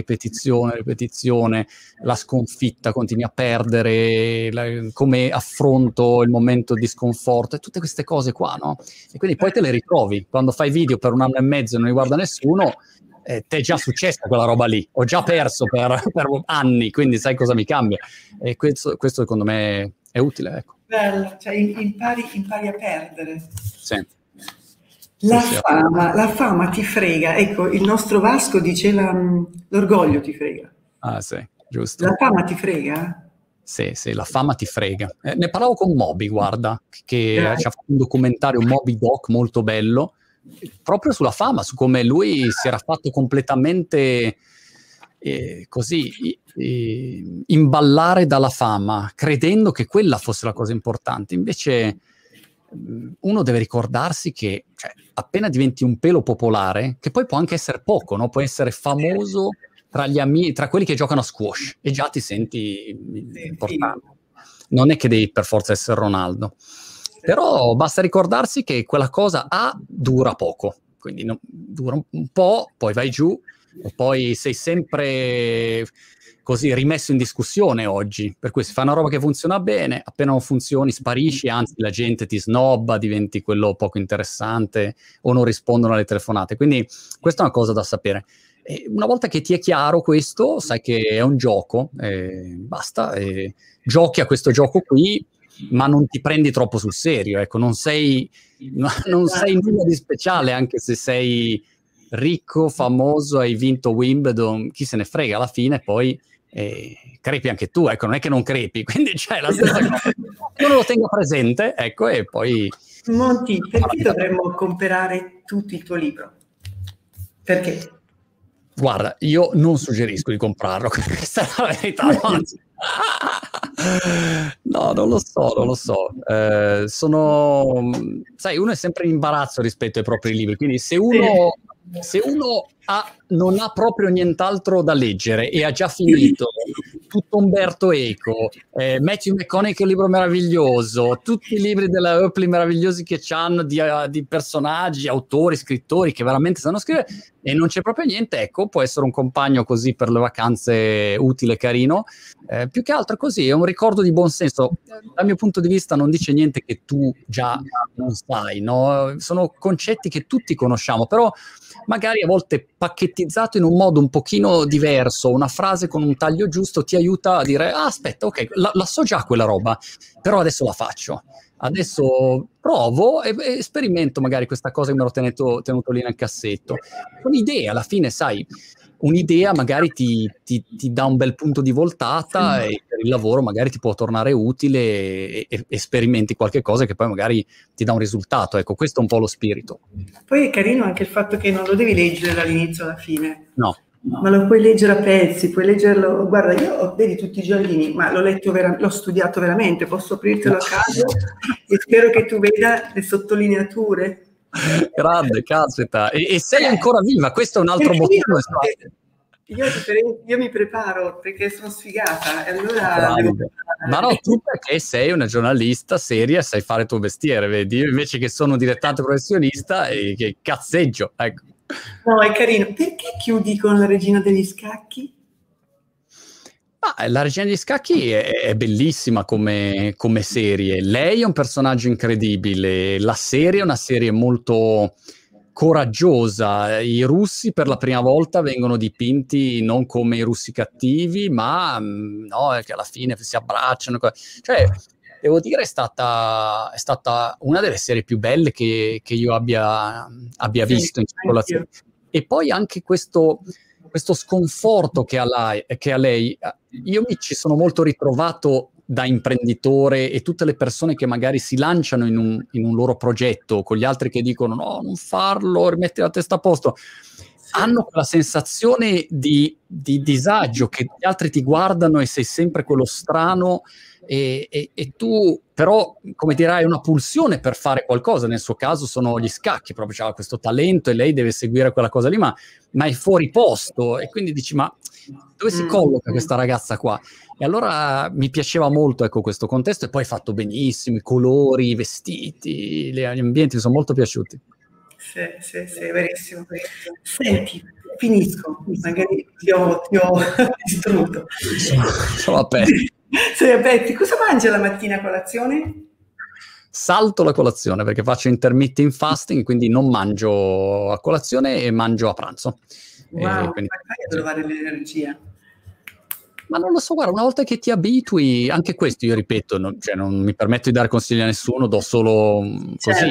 A: la sconfitta, continui a perdere, come affronto il momento di sconforto e tutte queste cose qua, no? E quindi poi te le ritrovi. Quando fai video per 1 anno e mezzo e non li guarda nessuno, ti è già successa quella roba lì, ho già perso per anni, quindi sai cosa mi cambia, e questo secondo me è utile, ecco.
C: Bello, cioè impari a perdere.
A: Sì.
C: La fama ti frega, ecco, il nostro Vasco diceva l'orgoglio ti frega.
A: Ah sì, giusto.
C: La fama ti frega?
A: Sì, la fama ti frega. Ne parlavo con Moby, guarda, che ci ha fatto un documentario, Moby Doc, molto bello, proprio sulla fama, su come lui si era fatto completamente così imballare dalla fama, credendo che quella fosse la cosa importante. Invece uno deve ricordarsi che appena diventi un pelo popolare, che poi può anche essere poco, no? Puoi essere famoso tra gli amici, tra quelli che giocano a squash e già ti senti importante. Non è che devi per forza essere Ronaldo. Però basta ricordarsi che quella cosa dura poco, quindi dura un po', poi vai giù e poi sei sempre così rimesso in discussione oggi, per cui si fa una roba che funziona bene, appena non funzioni sparisci, anzi la gente ti snobba, diventi quello poco interessante o non rispondono alle telefonate, quindi questa è una cosa da sapere. E una volta che ti è chiaro questo, sai che è un gioco, basta, giochi a questo gioco qui, ma non ti prendi troppo sul serio, ecco, non sei nulla di speciale, anche se sei ricco, famoso, hai vinto Wimbledon, chi se ne frega, alla fine poi crepi anche tu, ecco, non è che non crepi, quindi c'è la stessa cosa, uno lo tenga presente, ecco, e poi...
C: Monti, perché dovremmo comprare tutto il tuo libro? Perché?
A: Guarda, io non suggerisco di comprarlo, questa è la verità, anzi... No, non lo so, non lo so. Sai, uno è sempre in imbarazzo rispetto ai propri libri, quindi se uno non ha proprio nient'altro da leggere e ha già finito tutto Umberto Eco, Matthew McConaughey che è un libro meraviglioso, tutti i libri della Oakley meravigliosi che c'hanno di personaggi, autori, scrittori che veramente sanno scrivere, e non c'è proprio niente, ecco, può essere un compagno così per le vacanze, utile, carino. Più che altro così, è un ricordo di buon senso. Dal mio punto di vista non dice niente che tu già non sai, no? Sono concetti che tutti conosciamo, però magari a volte pacchettizzato in un modo un pochino diverso, una frase con un taglio giusto ti aiuta a dire, ah, aspetta, ok, la so già quella roba, però adesso la faccio. Adesso provo e sperimento magari questa cosa che mi ero tenuto lì nel cassetto. Un'idea, alla fine, sai, un'idea magari ti dà un bel punto di voltata e per il lavoro magari ti può tornare utile e sperimenti qualche cosa che poi magari ti dà un risultato. Ecco, questo è un po' lo spirito.
C: Poi è carino anche il fatto che non lo devi leggere dall'inizio alla fine.
A: No.
C: Ma lo puoi leggere a pezzi, puoi leggerlo. Guarda, io vedi tutti i giardini, ma l'ho studiato veramente, posso aprirtelo a caso e spero che tu veda le sottolineature.
A: Grande, caspita, e sei ancora viva, questo è un altro motivo.
C: Io mi preparo perché sono sfigata e allora
A: ma no, tu perché sei una giornalista seria e sai fare il tuo mestiere, vedi? Io invece che sono un dilettante professionista e che cazzeggio, ecco.
C: No, è carino. Perché chiudi con La Regina degli Scacchi?
A: La Regina degli Scacchi è bellissima come serie. Lei è un personaggio incredibile. La serie è una serie molto coraggiosa. I russi per la prima volta vengono dipinti non come i russi cattivi, ma no, che alla fine si abbracciano. Cioè, devo dire, è stata una delle serie più belle che io abbia visto in circolazione. E poi anche questo sconforto che ha lei, io mi ci sono molto ritrovato da imprenditore, e tutte le persone che magari si lanciano in un loro progetto con gli altri che dicono no, non farlo, rimetti la testa a posto, hanno quella sensazione di disagio, che gli altri ti guardano e sei sempre quello strano, e tu però, come dirai, hai una pulsione per fare qualcosa. Nel suo caso sono gli scacchi, proprio c'ha questo talento e lei deve seguire quella cosa lì, ma è fuori posto, e quindi dici, ma dove si colloca questa ragazza qua? E allora mi piaceva molto, ecco, questo contesto, e poi fatto benissimo, i colori, i vestiti, gli ambienti mi sono molto piaciuti.
C: Sì, verissimo. Senti, finisco, magari ti ho distrutto.
A: Sono aperto.
C: Sei aperti. Cosa mangi la mattina a colazione?
A: Salto la colazione perché faccio intermittent fasting, quindi non mangio a colazione e mangio a pranzo.
C: Wow, quindi, ma fai a trovare l'energia?
A: Ma non lo so, guarda, una volta che ti abitui, anche questo io ripeto, non mi permetto di dare consigli a nessuno, do solo così,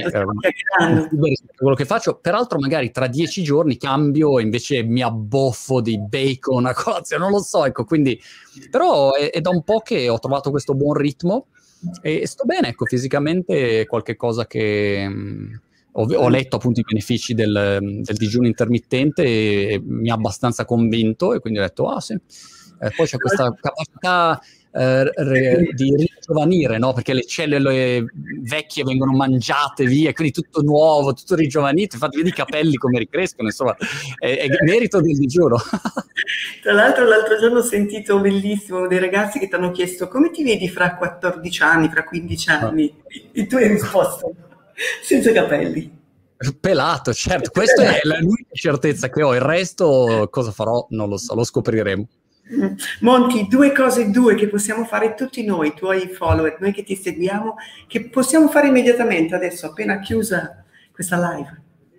A: quello che faccio. Peraltro magari tra 10 giorni cambio e invece mi abboffo di bacon a colazione, non lo so, ecco, quindi, però è da un po' che ho trovato questo buon ritmo e sto bene, ecco, fisicamente è qualche cosa che ho letto appunto i benefici del digiuno intermittente e mi ha abbastanza convinto, e quindi ho detto, ah sì. Poi c'è questa capacità di rigiovanire, no? Perché le cellule vecchie vengono mangiate via, quindi tutto nuovo, tutto rigiovanito. Infatti vedi i capelli come ricrescono, insomma, è merito del digiuno.
C: Tra l'altro l'altro giorno ho sentito bellissimo dei ragazzi che ti hanno chiesto come ti vedi fra 14 anni, fra 15 anni, e tu hai risposto senza capelli.
A: Pelato, certo, questa è l'unica certezza che ho, il resto cosa farò non lo so, lo scopriremo.
C: Monti, due che possiamo fare tutti noi, i tuoi follower, noi che ti seguiamo, che possiamo fare immediatamente adesso, appena chiusa questa live.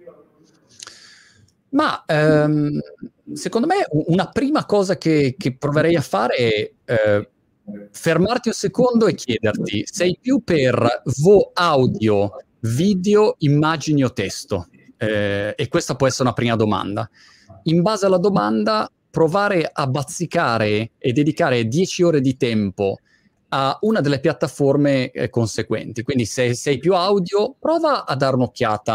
A: Ma secondo me una prima cosa che proverei a fare è fermarti un secondo e chiederti, sei più per audio, video, immagini o testo? E questa può essere una prima domanda. In base alla domanda provare a bazzicare e dedicare 10 ore di tempo a una delle piattaforme conseguenti. Quindi se sei più audio, prova a dare un'occhiata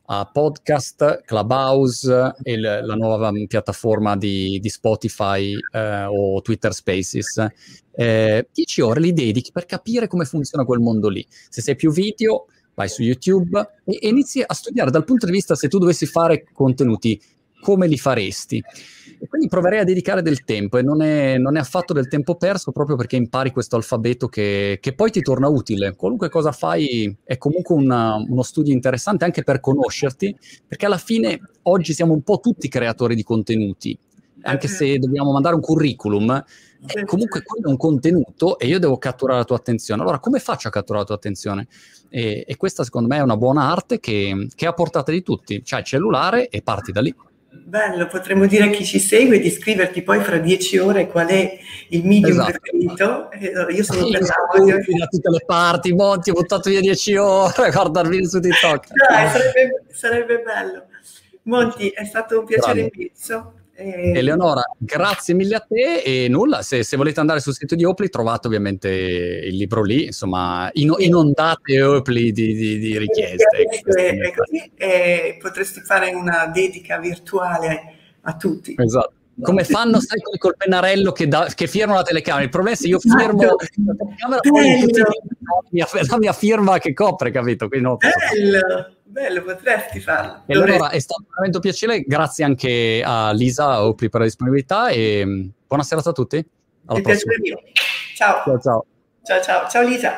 A: a podcast, Clubhouse e la nuova piattaforma di Spotify o Twitter Spaces. 10 ore li dedichi per capire come funziona quel mondo lì. Se sei più video, vai su YouTube e inizi a studiare dal punto di vista, se tu dovessi fare contenuti, come li faresti. E quindi proverei a dedicare del tempo, e non è affatto del tempo perso, proprio perché impari questo alfabeto che poi ti torna utile. Qualunque cosa fai è comunque uno studio interessante anche per conoscerti, perché alla fine oggi siamo un po' tutti creatori di contenuti, anche se dobbiamo mandare un curriculum, comunque quello è un contenuto e io devo catturare la tua attenzione. Allora come faccio a catturare la tua attenzione? E questa secondo me è una buona arte che è a portata di tutti, cioè il cellulare e parti da lì.
C: Bello, potremmo dire a chi ci segue di scriverti poi fra 10 ore qual è il medium preferito. Io sono per
A: da tutte le parti, Monti, ho buttato via 10 ore a guardare video su TikTok.
C: Dai, sarebbe bello. Monti, è stato un piacere immenso.
A: Eleonora, grazie mille a te, e nulla, se volete andare sul sito di Oepli trovate ovviamente il libro lì, insomma, inondate Oepli di richieste.
C: Potresti fare una dedica virtuale a tutti.
A: Esatto. Come fanno, sai, col pennarello che firmano la telecamera. Il problema è se io firmo la telecamera, poi la mia firma che copre, capito? Quindi no,
C: bello, potresti farlo.
A: E allora è stato veramente un piacere, grazie anche a Lisa Oepli per la disponibilità, e buona serata a tutti. Alla prossima.
C: Piacere mio. Ciao.
A: Ciao.
C: Ciao Lisa.